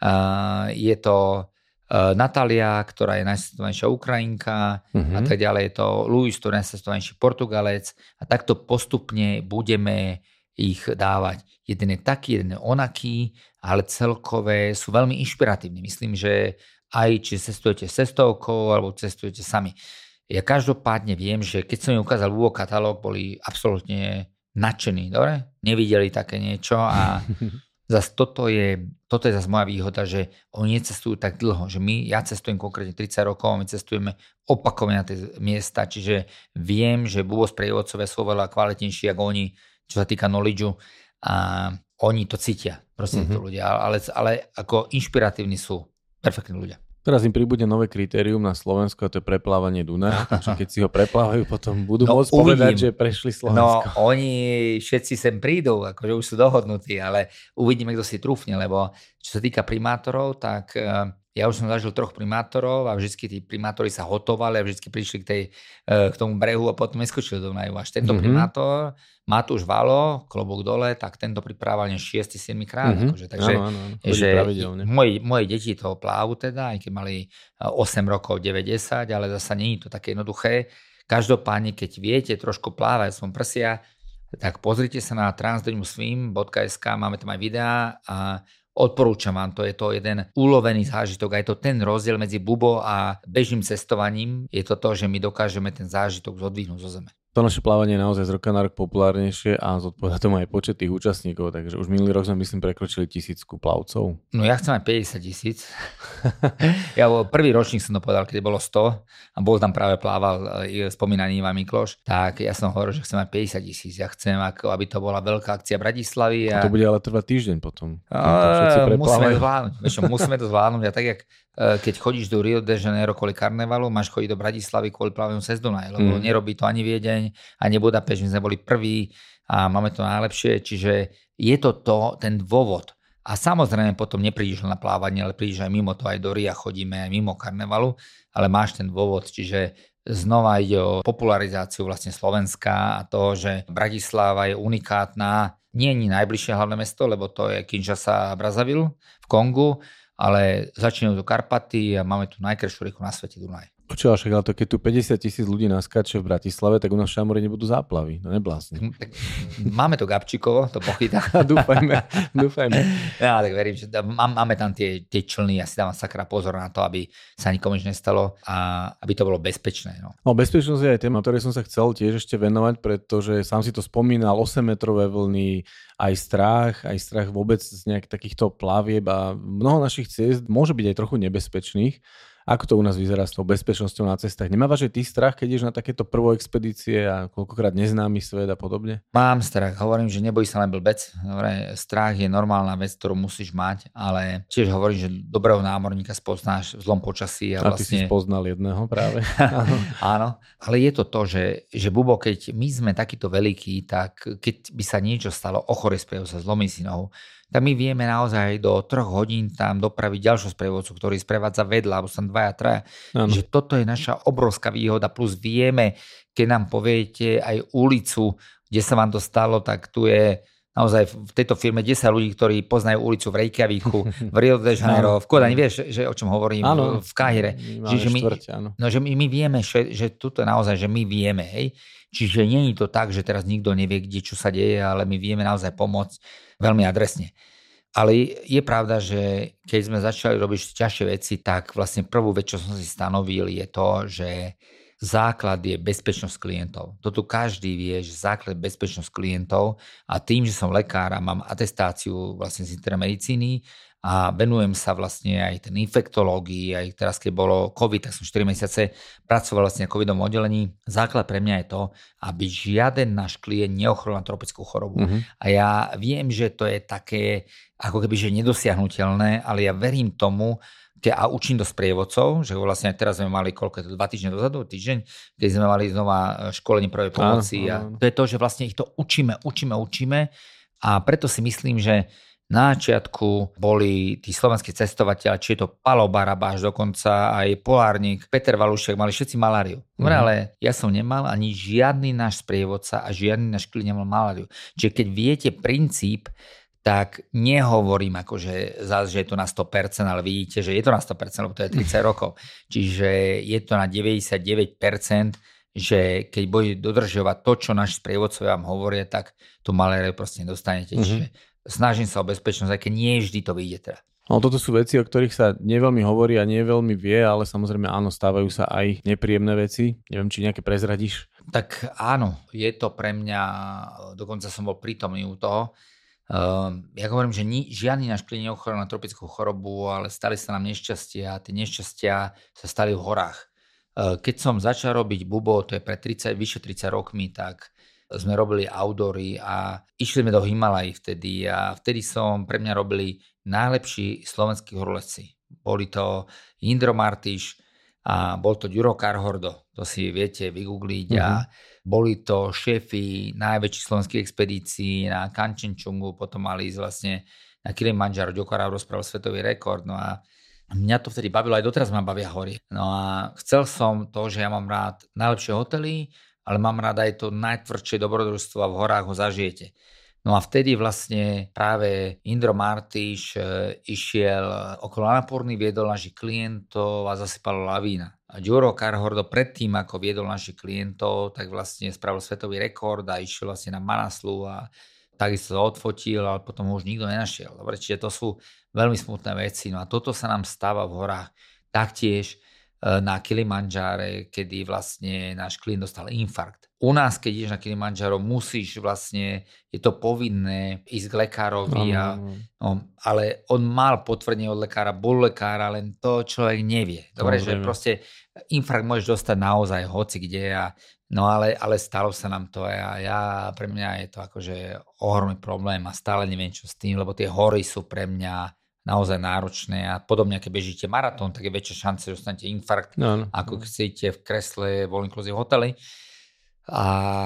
Je to Natália, ktorá je najcestovanejšia Ukrajinka a tak ďalej. Je to Luis, ktorý je najcestovanejší Portugalec. A takto postupne budeme ich dávať. Jeden je taký, jeden je onaký, ale celkové sú veľmi inšpiratívni. Myslím, že aj či cestujete s cestovkou, alebo cestujete sami. Ja každopádne viem, že keď som im ukázal Bubo katalóg, boli absolútne nadšení, dobre? Nevideli také niečo a zase toto je zase moja výhoda, že oni necestujú tak dlho, že ja cestujem konkrétne 30 rokov, my cestujeme opakovane na tie miesta, čiže viem, že Bubo sprievodcovia sú veľa kvalitnejší ako oni, čo sa týka knowledgeu a oni to cítia, proste to ľudia, ale ako inšpiratívni sú perfektní ľudia. Teraz im pribudne nové kritérium na Slovensku a to je preplávanie Dunaja. Takže keď si ho preplávajú, potom budú môcť povedať, že prešli Slovensko. No, oni všetci sem prídu, akože už sú dohodnutí, ale uvidíme, kto si trúfne, lebo čo sa týka primátorov, tak ja už som zažil 3 primátorov a vždycky tí primátori sa hotovali a vždycky prišli k tomu brehu a potom neskočili do Dunaju. Až tento primátor, Matúš Valo, klobúk dole, tak tento priprával 6-7 krát. Akože, takže že moje deti toho plávu teda, aj keď mali 8 rokov, 9-10, ale zasa nie je to také jednoduché. Každopádne, keď viete trošku plávať som prsia, tak pozrite sa na transdreamswim.sk, máme tam aj videá a odporúčam vám to, je to jeden ulovený zážitok a je to ten rozdiel medzi bubo a bežným cestovaním, je to to, že my dokážeme ten zážitok zodvihnúť zo zeme. To naše plávanie je naozaj z roka na rok populárnejšie a zodpovedá tomu aj počet tých účastníkov, takže už minulý rok sme myslím prekročili 1000 plavcov. No ja chcem aj 50 000. Ja prvý ročník som to povedal, keď bolo 100 a bol tam práve plával spomínaný Ivan Mikloš, tak ja som hovoril, že chcem aj 50 000. Ja chcem, aby to bola veľká akcia Bratislavy. A to bude ale trvať týždeň potom. Musíme to zvládnuť a tak, jak keď chodíš do Rio de Janeiro kvôli karnevalu, máš chodiť do Bratislavy kvôli plávaniu cez Dunaj, lebo nerobí to ani Viedeň, ani Budapešť, my sme boli prví a máme to najlepšie, čiže je to ten dôvod. A samozrejme potom neprídeš na plávanie, ale prídeš aj mimo to, aj do Ria chodíme, aj mimo karnevalu, ale máš ten dôvod, čiže znova ide o popularizáciu vlastne Slovenska a to, že Bratislava je unikátna, nie je najbližšie hlavné mesto, lebo to je Kinshasa a Brazzaville v Kongu, ale začínajú tu Karpaty a máme tu najkrajšiu rieku na svete Dunaj. Čo, však, ale to keď tu 50 000 ľudí naskáče v Bratislave, tak u nás v Šamori nebudú záplavy. No neblázni. Máme to Gabčíkovo, to pochytá. Dúfajme. Ja tak verím, že máme tam tie člny, ja si dávam sakra pozor na to, aby sa nikomu nič nestalo a aby to bolo bezpečné. No, bezpečnosť je aj téma, ktorej som sa chcel tiež ešte venovať, pretože sám si to spomínal, 8-metrové vlny, aj strach vôbec z nejakých takýchto plavieb a mnoho našich ciest môže byť aj trochu nebezpečných. Ako to u nás vyzerá s tou bezpečnosťou na cestách? Nemávaš aj ty strach, keď ideš na takéto prvo expedície a koľkokrát neznámy svet a podobne? Mám strach, hovorím, že neboj sa len blbec. Dobre, strach je normálna vec, ktorú musíš mať, ale tiež hovorím, že dobrého námorníka spoznáš v zlom počasí. A ty si spoznal jedného práve. Áno, ale je to to, že Bubo, keď my sme takíto veľkí, tak keď by sa niečo stalo, ochore sprievodca, zlomí si nohu, tak my vieme naozaj do 3 hodín tam dopraviť ďalšiu sprievodcu, ktorý sprevádza vedľa, alebo tam 2 a 3. Že toto je naša obrovská výhoda, plus vieme, keď nám poviete aj ulicu, kde sa vám to stalo, tak tu je naozaj v tejto firme 10 ľudí, ktorí poznajú ulicu v Reykjavíku, v Rio de Janeiro, v Kodani, vieš, že o čom hovorím, v Káhire. Že my vieme, že tuto naozaj, že my vieme, hej. Čiže nie je to tak, že teraz nikto nevie, kde čo sa deje, ale my vieme naozaj pomôcť veľmi adresne. Ale je pravda, že keď sme začali robiť ťažšie veci, tak vlastne prvú vec, čo som si stanovil, je to, že základ je bezpečnosť klientov. To tu každý vie, že základ je bezpečnosť klientov a tým, že som lekár a mám atestáciu vlastne z internej medicíny a venujem sa vlastne aj ten infektológii, aj teraz, keď bolo COVID, tak som 4 mesiace pracoval vlastne na covidovom oddelení. Základ pre mňa je to, aby žiaden náš klient neochorel na tropickú chorobu. A ja viem, že to je také, ako keby, že nedosiahnuteľné, ale ja verím tomu, a učím do sprievodcov, že vlastne teraz sme mali koľko, 2 týždne dozadu, týždeň, keď sme mali znova školenie prvej pomoci a to je to, že vlastne ich to učíme a preto si myslím, že na začiatku boli tí slovenskí cestovateľi, či je to Palo Barabáš, dokonca aj Polárnik, Peter Valušek, mali všetci maláriu. Ale ja som nemal ani žiadny náš sprievodca a žiadny náš klient nemal maláriu. Čiže keď viete princíp, tak nehovorím akože zás, že je to na 100%, ale vidíte, že je to na 100%, lebo to je 30 rokov. Čiže je to na 99%, že keď budete dodržiavať to, čo naši sprievodcovia vám hovoria, tak tú malériu proste nedostanete. Čiže snažím sa o bezpečnosť, aj keď nie vždy to vyjde teda. No toto sú veci, o ktorých sa neveľmi hovorí a neveľmi vie, ale samozrejme áno, stávajú sa aj nepríjemné veci. Neviem, či nejaké prezradíš. Tak áno, je to pre mňa, dokonca som bol prítomný u toho. Ja hovorím, že žiadny náš klient neochorel na tropickú chorobu, ale stali sa nám nešťastia a tie nešťastia sa stali v horách. Keď som začal robiť Bubo, to je pred vyše 30 rokmi, tak sme robili outdoory a išli sme do Himalají vtedy a vtedy pre mňa robili najlepší slovenskí horolezci. Boli to Indro Martiš a bol to Ďuro Karhordo, to si viete vygoogliť a boli to šéfy najväčších slovenských expedícií na Kanchenjungu, potom mali ísť vlastne na Kilimanjaro, Ďokora rozprával svetový rekord, no a mňa to vtedy bavilo, aj doteraz ma bavia hory. No a chcel som to, že ja mám rád najlepšie hotely, ale mám rád aj to najtvrdšie dobrodružstvo a v horách ho zažijete. No a vtedy vlastne práve Indro Martiš išiel okolo Annapurny, viedol našich klientov a zasypala lavína. Ďuro Karhordo predtým, ako viedol našich klientov, tak vlastne spravil svetový rekord a išiel vlastne na Manaslu a takisto sa odfotil, ale potom ho už nikto nenašiel. Dobre, čiže to sú veľmi smutné veci. No a toto sa nám stáva v horách taktiež na Kilimandžáre, kedy vlastne náš klient dostal infarkt. U nás, keď ideš na Kilimandžáro, musíš vlastne, je to povinné ísť k lekárovi, ale on mal potvrdenie od lekára, bol lekára, len to človek nevie. Dobre, že proste infarkt môžeš dostať naozaj hoci kde, ale stalo sa nám to a pre mňa je to akože ohromný problém a stále neviem čo s tým, lebo tie hory sú pre mňa naozaj náročné a podobne, keď bežíte maratón, tak je väčšia šanca, že dostanete infarkt, ako keď sedíte v kresle v all-inclusive hoteli. A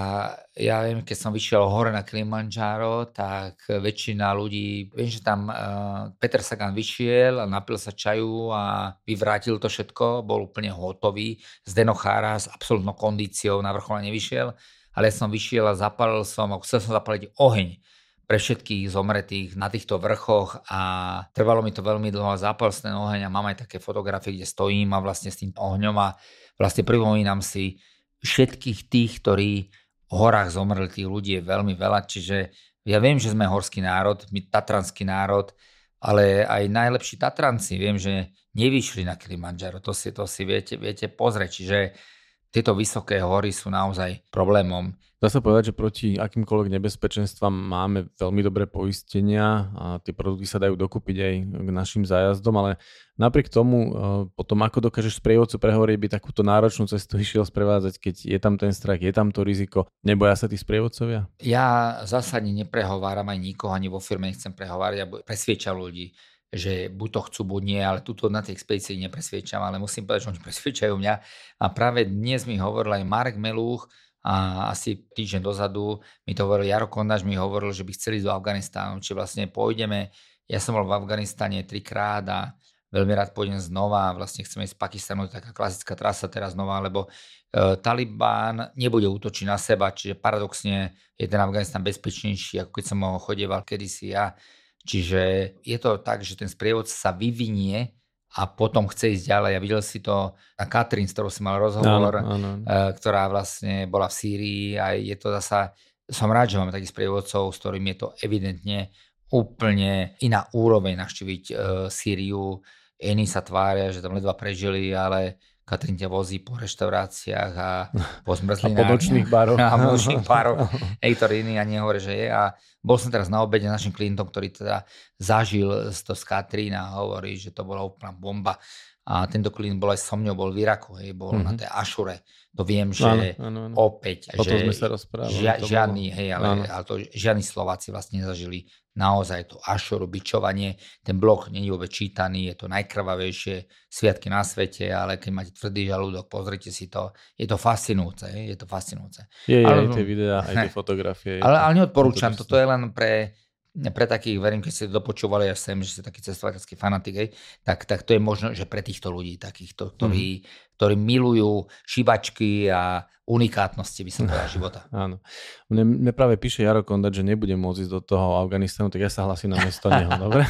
ja viem, keď som vyšiel hore na Kilimandžáro, tak väčšina ľudí, viem, že tam Peter Sagan vyšiel a napil sa čaju a vyvrátil to všetko, bol úplne hotový. Zdeno Chára s absolútnou kondíciou na vrchole nevyšiel, ale ja som vyšiel a zapálil som, a chcel som zapáliť oheň pre všetkých zomretých na týchto vrchoch a trvalo mi to veľmi dlho a zapálil som ten oheň a mám aj také fotografie, kde stojím a vlastne s tým ohňom a vlastne pripomínam si všetkých tých, ktorí v horách zomreli, tých ľudí je veľmi veľa, čiže ja viem, že sme horský národ, my tatranský národ, ale aj najlepší Tatranci, viem, že nevyšli na Kilimandžáro, to si viete pozrieť, čiže tieto vysoké hory sú naozaj problémom. Dá sa povedať, že proti akýmkoľvek nebezpečenstvám máme veľmi dobré poistenia a tie produkty sa dajú dokúpiť aj k našim zájazdom, ale napriek tomu potom ako dokážeš sprievodcu prehovoriť, by takúto náročnú cestu išiel sprevádzať, keď je tam ten strach, je tam to riziko. Neboja sa tí sprievodcovia? Ja zásadne neprehováram aj nikoho, ani vo firme nechcem prehovárať a presviečam ľudí, že buď to chcú, buď nie, ale tuto na tej expedícii nepresviečam, ale musím povedať, že oni presviečajú mňa. A práve dnes mi hovoril aj Marek Melúch a asi týždeň dozadu mi to hovoril Jaro Kondáš, mi hovoril, že by chceli ísť do Afganistánu, či vlastne pôjdeme. Ja som bol v Afganistane 3-krát a veľmi rád pôjdem znova. Vlastne chceme ísť z Pakistanu, taká klasická trasa teraz znova, lebo Taliban nebude útočiť na seba, čiže paradoxne je ten Afganistán bezpečnejší, ako keď som ho chodieval kedysi ja. Čiže je to tak, že ten sprievodca sa vyvinie a potom chce ísť ďalej. Ja videl si to na Katrin, s ktorou si mal rozhovor, ktorá vlastne bola v Sýrii a je to zasa, som rád, že máme takých sprievodcov, s ktorým je to evidentne úplne iná úroveň navštíviť Sýriu. Iní sa tvária, že tam ledva prežili, ale Katrin ťa vozí po reštauráciách a po zmrzlinách. A po nočných baroch. A po nočných baroch. Ktorý iný ani nehovorí, že je. A bol som teraz na obede našim klientom, ktorý teda zažil to z Katrín a hovorí, že to bola úplná bomba. A tento klient bol aj so mňou, bol v Iraku, bol na tej Ašure. To viem, že opäť, o že sme sa rozprávali, žiadni, ale to žiadni Slováci vlastne nezažili naozaj to Ašuru, bičovanie. Ten blog nie je vôbec čítaný, je to najkrvavejšie sviatky na svete, ale keď máte tvrdý žalúdok, pozrite si to. Je to fascinujúce, je to fascinujúce. Ale tie videá, aj tie fotografie. Ale neodporúčam, toto je len pre takých, verím, keď ste dopočúvali až sem, že ste taký cestovateľský fanatik, tak to je možno, že pre týchto ľudí, takýchto, ktorí milujú šibačky a unikátnosti, by som povedal, života. Áno. Mne práve píše Jaro Kondáč, že nebudem môcť ísť do toho Afganistanu, tak ja sa hlasím na miesto neho, dobre?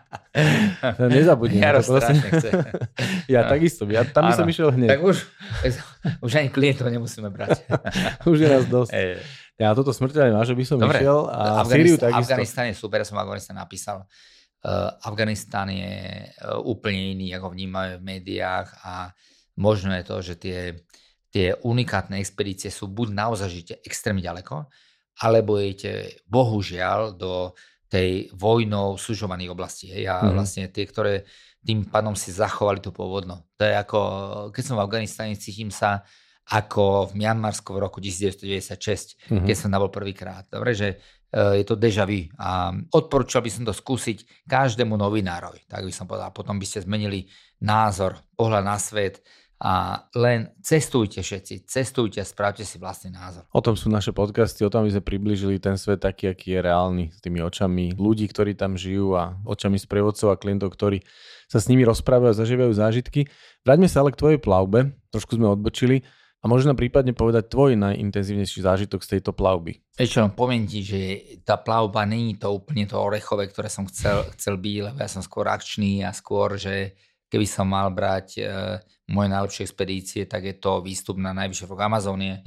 Nezabudnem. Jaro strašne chce. Ja takisto, tam by som išiel hneď. Tak už ani klientov nemusíme brať. Už je nás dosť. Ja toto smrteľne máš, že by som išiel a Sýriu takisto. Afganistán je super, som Afganistán napísal. Afganistán je úplne iný, ako vnímajú v médiách a možno je to, že tie unikátne expedície sú buď naozaj žite extrémne ďaleko, alebo idete bohužiaľ do tej vojnou sužovaných oblastí. A vlastne tie, ktoré tým pádom si zachovali tú pôvodnú. To je ako, keď som v Afganistane, cítim sa ako v Mianmarsku v roku 1996, keď som tam bol prvýkrát. Dobre, že je to déjà vu a odporúčal by som to skúsiť každému novinárovi, tak by som povedal. Potom by ste zmenili názor, pohľad na svet a len cestujte všetci, cestujte a spravte si vlastný názor. O tom sú naše podcasty, o tom by sme priblížili ten svet taký, aký je reálny, s tými očami ľudí, ktorí tam žijú a očami sprievodcov a klientov, ktorí sa s nimi rozprávajú a zažívajú zážitky. Vráťme sa ale k tvojej plavbe, trošku sme odbočili. A možno prípadne povedať tvoj najintenzívnejší zážitok z tejto plavby. Poviem ti, že tá plavba není to úplne to orechové, ktoré som chcel byť, lebo ja som skôr akčný a skôr, že keby som mal brať moje najlepšie expedície, tak je to výstup na najvyšší vrch Amazónie,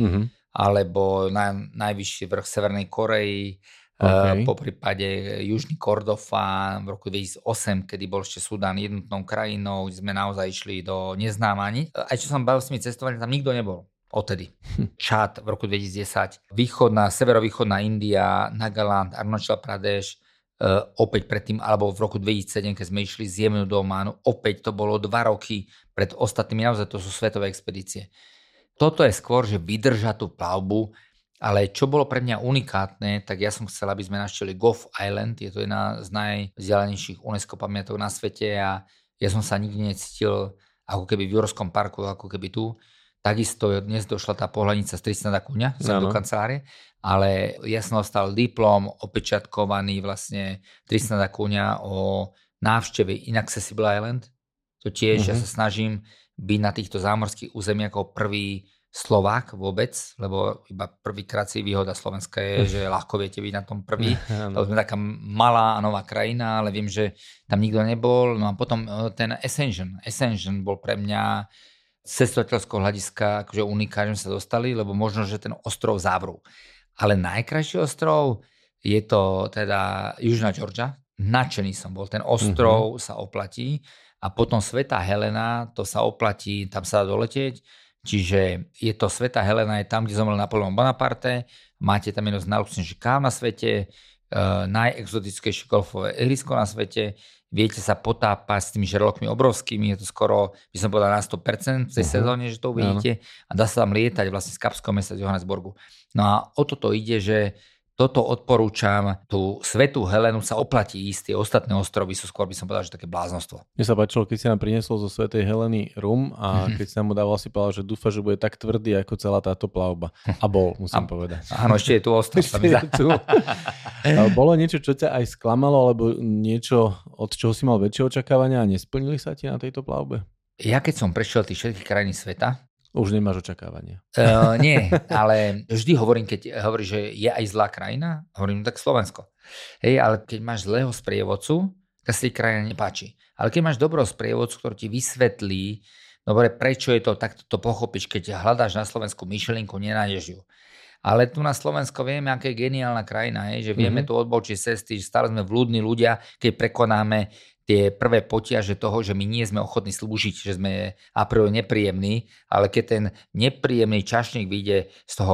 alebo na najvyšší vrch Severnej Korei, po prípade Južný Kordofán v roku 2008, kedy bol ešte Sudán jednotnou krajinou, kde sme naozaj išli do neznámaní. Aj čo som bavil s tými cestovaním, tam nikto nebol. Odtedy. Čad v roku 2010, severovýchodná India, Nagaland, Arunachal Pradesh, opäť predtým, alebo v roku 2007, keď sme išli z Jemenu do Ománu, opäť to bolo 2 roky pred ostatnými, naozaj to sú svetové expedície. Toto je skôr, že vydržať tú plavbu, ale čo bolo pre mňa unikátne, tak ja som chcel, aby sme navštívili Gough Island, je to jedna z najvzdialenejších UNESCO pamiatok na svete a ja som sa nikdy necítil ako keby v Jurskom parku, ako keby tu. Takisto dnes došla tá pohľadnica z Tristana da Cunha do kancelárie, ale ja som dostal diplom opečiatkovaný vlastne Tristana da Cunha o návšteve Inaccessible Island. To tiež ja sa snažím byť na týchto zámorských územiach ako prvý Slovák vôbec, lebo iba prvýkrát si výhoda Slovenska je, že ľahko viete byť na tom prvý. To sme taká malá a nová krajina, ale viem, že tam nikto nebol. No a potom ten Ascension bol pre mňa z cestovateľského hľadiska akože unikát, že sa dostali, lebo možno, že ten ostrov závrú. Ale najkrajší ostrov je to teda Južná Georgia. Nadšený som bol. Ten ostrov sa oplatí a potom Svätá Helena, to sa oplatí, tam sa dá doletieť. Čiže je to Svätá Helena, je tam, kde zomrel Napoleon Bonaparte, máte tam jedno z najluxusnejších káv na svete, najexotickejšie golfové ihrisko na svete, viete sa potápať s tými žralokmi obrovskými, je to skoro, by som povedal, na 100% v tej sezóne, že to uvidíte a dá sa tam lietať vlastne z Kapského mesta z Johannesburgu. No a o toto ide, že toto odporúčam, tú Svätú Helenu sa oplatí ísť, tie ostatné ostrovy sú skôr, by som povedal, že také bláznostvo. Mne sa páčilo, keď si nám priniesol zo Svätej Heleny rum a keď si nám mu dával, si povedal, že dúfa, že bude tak tvrdý ako celá táto plavba. A bol, musím povedať. Áno, ešte je tu ostrov. Bolo niečo, čo ťa aj sklamalo, alebo niečo, od čoho si mal väčšie očakávania a nesplnili sa ti na tejto plavbe? Ja keď som prešiel tých všetkých krajín sveta, už nemáš očakávania. Nie, ale vždy hovorím, keď hovoríš, že je aj zlá krajina, hovorím, tak Slovensko. Hej, ale keď máš zlého sprievodcu, tak sa ti krajina nepáči. Ale keď máš dobrého sprievodcu, ktorý ti vysvetlí, dobre, prečo je to, tak to pochopíš, keď hľadáš na Slovensku myšlienku, nenájdeš ju. Ale tu na Slovensko vieme, aká je geniálna krajina, že vieme tu odbočiť cesty, že stále sme vľúdni ľudia, keď prekonáme tie prvé potiaže toho, že my nie sme ochotní slúžiť, že sme a priori nepríjemní, ale keď ten nepríjemný čašník vyjde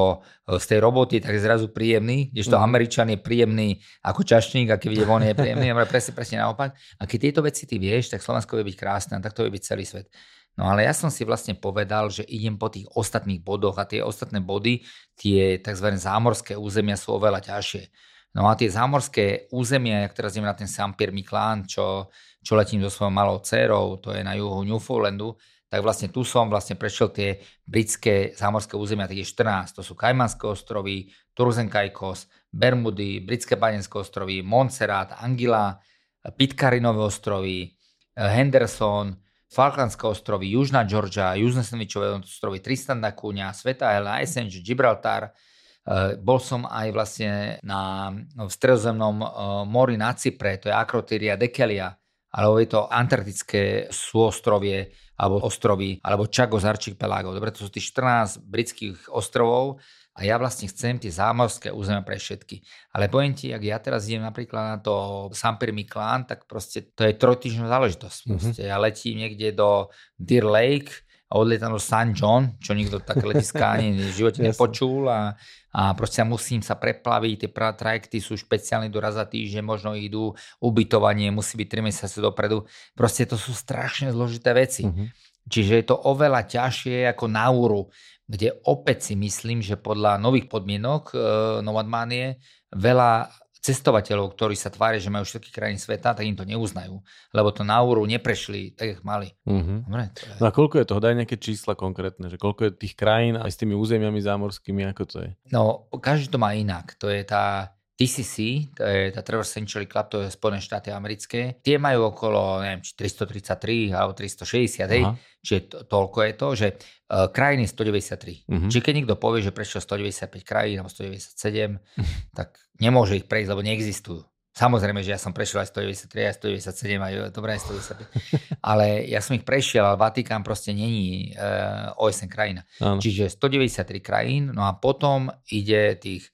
z tej roboty, tak je zrazu príjemný, kdežto Američan je príjemný ako čašník a keď vyjde von je príjemný, presne naopak. A keď tieto veci ty vieš, tak Slovensko vie byť krásne a tak to vie byť celý svet. No ale ja som si vlastne povedal, že idem po tých ostatných bodoch a tie ostatné body, tie tzv. Zámorské územia sú oveľa ťažšie. No a tie zámorské územia, jak teraz idem na ten Saint-Pierre-Miquelon, čo letím so svojou malou dcérou, to je na juhu Newfoundlandu, tak vlastne tu som prešiel tie britské zámorské územia, tak je 14. To sú Kajmanské ostrovy, Turks and Caicos, Bermudy, Britské Panenské ostrovy, Montserrat, Anguilla, Pitcairnové ostrovy, Henderson, Falklandské ostrovy, Južná Georgia, Južné Sandvičové ostrovy, Tristan da Cunha, Svätá Helena, Ascension, Gibraltar. Bol som aj vlastne v Stredozemnom mori na Cypre, to je Akrotyria, Dekelia, alebo je to antarktické súostrovie, alebo ostrovy, alebo Chagos Archipelago. Dobre, to sú tých 14 britských ostrovov a ja vlastne chcem tie zámorské územia pre všetky. Ale poviem ti, ak ja teraz idem napríklad na to Saint-Pierre-Miquelon, tak proste to je 3-týždňová záležitosť. Ja letím niekde do Deer Lake a odlietam do St. John, čo nikto také letiská ani v živote nepočul a proste musím sa preplaviť, tie trajekty sú špeciálne do raz za týždeň, možno idú ubytovanie, musí byť 3 mesiace dopredu. Proste to sú strašne zložité veci. Čiže je to oveľa ťažšie ako Nauru, kde opäť si myslím, že podľa nových podmienok Nomadmanie veľa cestovateľov, ktorí sa tvária, že majú všetky krajiny sveta, tak im to neuznajú, lebo to Nauru neprešli tak, jak mali. Dobre, No a koľko je toho? Daj nejaké čísla konkrétne, že koľko je tých krajín aj s tými územiami zámorskými, ako to je? No, každý to má inak. To je tá TCC, to je tá Traverse Century Club, to je Spojené štáty americké. Tie majú okolo, neviem, či 333 alebo 360, čiže toľko je to, že krajín je 193. Čiže keď niekto povie, že prešiel 195 krajín alebo 197, tak nemôže ich prejsť, lebo neexistujú. Samozrejme, že ja som prešiel aj 193, aj 197, aj dobré aj 195. Ale ja som ich prešiel, ale Vatikán proste není OSN krajina. Áno. Čiže 193 krajín, no a potom ide tých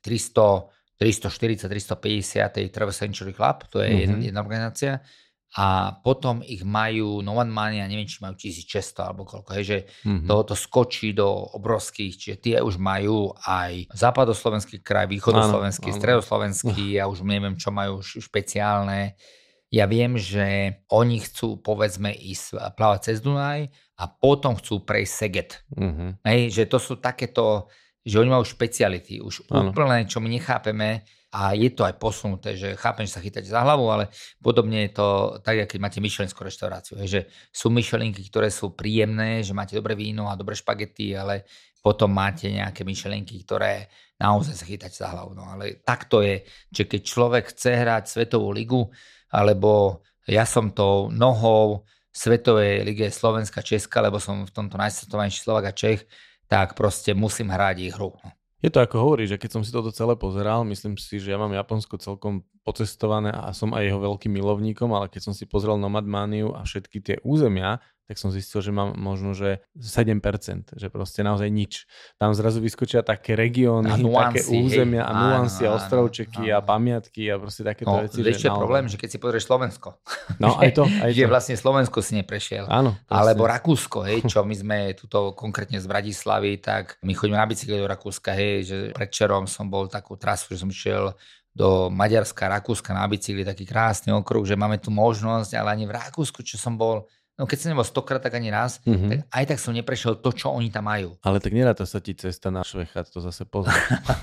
340, 350 tej Travel Century Club, to je jedna organizácia. A potom ich majú Nomad Money, neviem, či majú 1600 alebo koľko, hej, že to skočí do obrovských, čiže tie už majú aj západoslovenský kraj, východoslovenský, stredoslovenský, ja už neviem, čo majú špeciálne. Ja viem, že oni chcú, povedzme, ísť plávať cez Dunaj a potom chcú prejsť Szeged. Hej, že to sú takéto, že oni majú špeciality, už úplne, čo my nechápeme. A je to aj posunuté, že chápem, že sa chytáte za hlavu, ale podobne je to tak, keď máte myšelinskú reštauráciu. Že sú myšelinky, ktoré sú príjemné, že máte dobré víno a dobré špagety, ale potom máte nejaké myšelinky, ktoré naozaj sa chytáte za hlavu. No, ale tak to je, že keď človek chce hrať Svetovú ligu, alebo ja som tou nohou Svetovej lige Slovenska, Česka, lebo som v tomto najsvetovanejší Slovák a Čech, tak proste musím hrať ich hru. Je to ako hovoríš, že keď som si toto celé pozeral, myslím si, že ja mám Japonsko celkom pocestované a som aj jeho veľkým milovníkom, ale keď som si pozrel Nomad Maniu a všetky tie územia, tak som zistil, že mám možno, že 7%, že proste naozaj nič. Tam zrazu vyskočia také regióny, také územia a nuancy a ostrovčeky a pamiatky a proste takéto veci. Vieš, čo je problém, že keď si pozrieš Slovensko, no, aj to. že vlastne Slovensko si neprešiel. Áno, alebo Rakúsko, hej, čo my sme tuto konkrétne z Bratislavy, tak my chodíme na bicykli do Rakúska, hej, že predčerom som bol takú trasu, že som išiel do Maďarska, Rakúska na bicykli, taký krásny okruh, že máme tu možnosť, ale ani v Rakúsku, čo som bol, no keď som nebol 100-krát, tak ani raz, tak aj tak som neprešiel to, čo oni tam majú. Ale tak neráta sa ti cesta na Švechat, to zase pozor.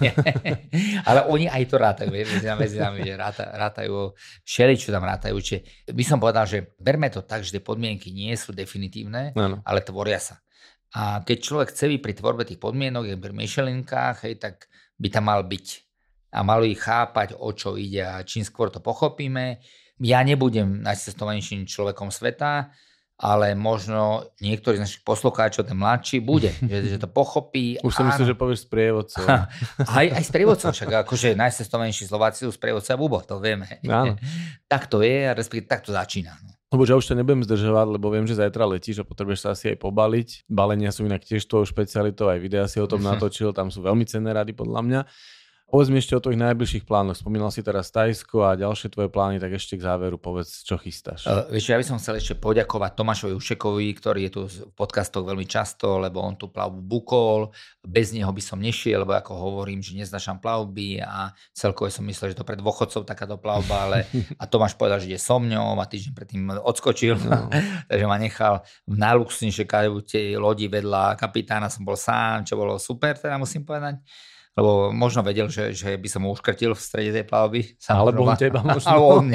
Ale oni aj to rátajú, medzi nami, že rátajú, všeličo tam rátajú. Čiže by som povedal, že berme to tak, že tie podmienky nie sú definitívne, ale tvoria sa. A keď človek chce byť pri tvorbe tých podmienok, jak pri myšelinkách, hej, tak by tam mal byť. A mal ich chápať, o čo ide. A čím skôr to pochopíme, ja nebudem najcestovanejším človekom sveta, ale možno niektorý z našich poslucháčov, ten mladší, bude, že to pochopí. Už som myslel, že povieš sprievodcov. Aj sprievodcov, však akože najcestovanejší Slováci sú sprievodca Bubo, to vieme. Tak to je a respektíve tak to začína. Lebo ja už to nebudem zdržovať, lebo viem, že zajtra letíš a potrebuješ sa asi aj pobaliť. Balenia sú inak tiež tvojou špecialitou, aj videa si o tom natočil, tam sú veľmi cenné rady podľa mňa. Povedz mi ešte o tvojich najbližších plánoch. Spomínal si teraz Thajsko a ďalšie tvoje plány, tak ešte k záveru povedz, čo chystáš. Vieš, ja by som chcel ešte poďakovať Tomášovi Ušekovi, ktorý je tu v podcastoch veľmi často, lebo on tú plavbu bukol. Bez neho by som nešiel, lebo ako hovorím, že neznášam plavby a celkovo som myslel, že to pre dôchodcov takáto plavba, ale a Tomáš povedal, že ide so mňou a týždeň predtým odskočil, takže ma nechal v najluxusnejšej kajute lodi vedľa kapitána, som bol sám, čo bolo super, teda musím povedať. Lebo možno vedel, že by som ho uškrtil v strede tej plavby. Alebo on teba možno.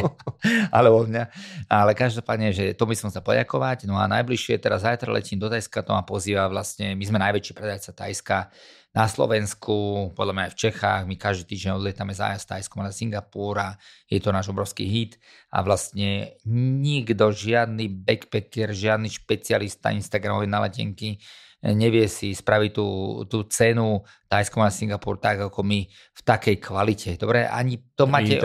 Alebo mňa. Ale každopádne, že to by som sa poďakovať. No a najbližšie, teraz zajtra letím do Thajska, to ma pozýva vlastne, my sme najväčší predajca Thajska na Slovensku, podľa mňa aj v Čechách, my každý týždeň odlietame zájazd Thajskom na Singapur a je to náš obrovský hit a vlastne nikto, žiadny backpacker, žiadny špecialista Instagramovej na letenky nevie si spraviť tú cenu Thajskom na Singapur tak, ako my v takej kvalite. Dobre, ani to máte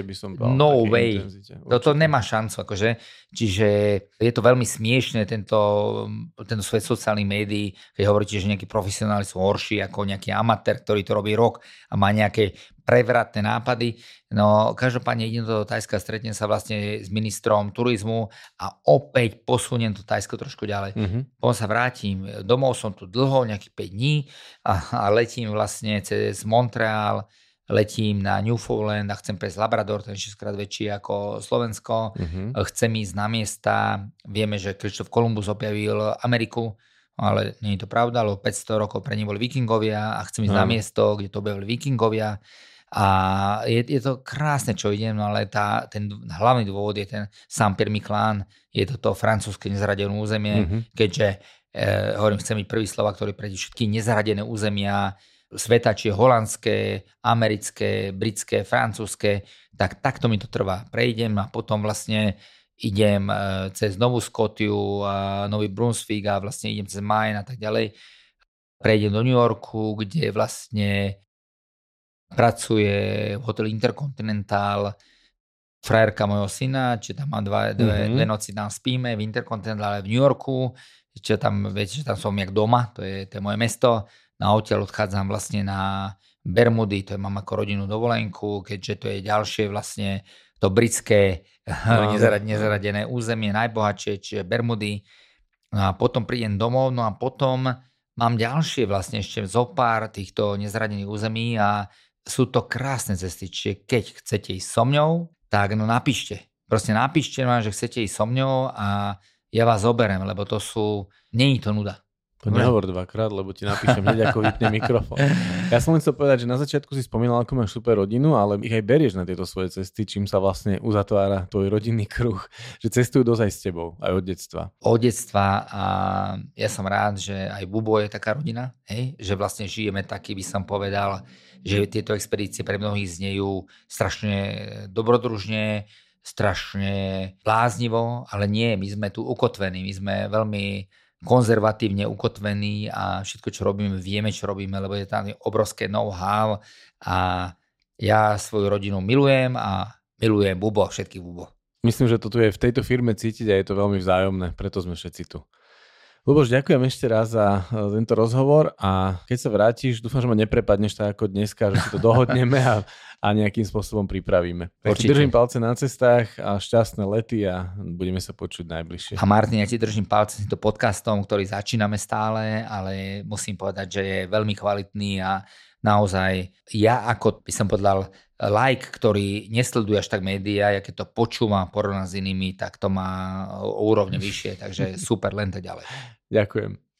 no way. Toto nemá šancu, akože. Čiže je to veľmi smiešné, tento svet sociálnych médií, keď hovoríte, že nejakí profesionáli sú horší ako nejaký amatér, ktorý to robí rok a má nejaké prevratné nápady. No každopádne idem do Thajska, stretnem sa vlastne s ministrom turizmu a opäť posuniem to Thajsko trošku ďalej. Potom sa vrátim domov, som tu dlho, nejakých 5 dní a letím vlastne cez Montreal, letím na Newfoundland a chcem prejsť Labrador, ten 6-krát väčší ako Slovensko. Chcem ísť na miesta, vieme, že Christoph Columbus objavil Ameriku, ale nie je to pravda, lebo 500 rokov pre ne boli vikingovia a chcem ísť na miesto, kde to objavili vikingovia. A je to krásne, čo idem, no ale ten hlavný dôvod je ten Saint-Pierre-Miquelon, je to francúzske nezaradené územie, keďže hovorím, chcem byť prvý Slovák, ktorý prejde všetky nezaradené územia sveta, či je holandské, americké, britské, francúzske, tak takto mi to trvá. Prejdem a potom vlastne idem cez Novú Skotiu a Nový Brunswick a vlastne idem cez Maine a tak ďalej. Prejdem do New Yorku, kde vlastne pracuje v hoteli Intercontinental frajerka mojho syna, či tam mám dve noci tam spíme v Intercontinentale v New Yorku, čo tam, viete, že tam som jak doma, to je moje mesto. Na odtiaľ odchádzam vlastne na Bermudy, to je mám ako rodinnú dovolenku, keďže to je ďalšie vlastne to britské nezaradené územie, najbohatšie, čiže Bermudy. No a potom prídem domov, no a potom mám ďalšie vlastne ešte zopár týchto nezaradených území a sú to krásne cesty, čiže keď chcete ísť so mňou, tak no napíšte. Proste napíšte vám, že chcete ísť so mňou a ja vás zoberiem, lebo to nie je to nuda. To nehovor dvakrát, lebo ti napíšem hneď, ako vypne mikrofón. Ja som len chcel povedať, že na začiatku si spomínal, ako máš super rodinu, ale ich aj berieš na tieto svoje cesty, čím sa vlastne uzatvára tvoj rodinný kruh, že cestujú dosť aj s tebou, aj od detstva. Od detstva a ja som rád, že aj Bubo je taká rodina, hej? Že vlastne žijeme taký, by som povedal, že tieto expedície pre mnohých znejú strašne dobrodružne, strašne bláznivo, ale nie, my sme tu ukotvení, my sme veľmi konzervatívne ukotvení a všetko, čo robíme, vieme, čo robíme, lebo je tam obrovské know-how a ja svoju rodinu milujem a milujem Bubo, všetkých Bubo. Myslím, že to tu je v tejto firme cítiť a je to veľmi vzájomné, preto sme všetci tu. Luboš, ďakujem ešte raz za tento rozhovor a keď sa vrátiš, dúfam, že ma neprepadneš tak ako dneska, že si to dohodneme a nejakým spôsobom pripravíme. Tak držím palce na cestách a šťastné lety a budeme sa počuť najbližšie. A Martin, ja ti držím palce s týmto podcastom, ktorý začíname stále, ale musím povedať, že je veľmi kvalitný a naozaj ja ako by som povedal ktorý nesleduje až tak médiá, ja keď to počúvam porovnám s inými, tak to má o úrovne vyššie, takže super, len to ďalej. Ďakujem.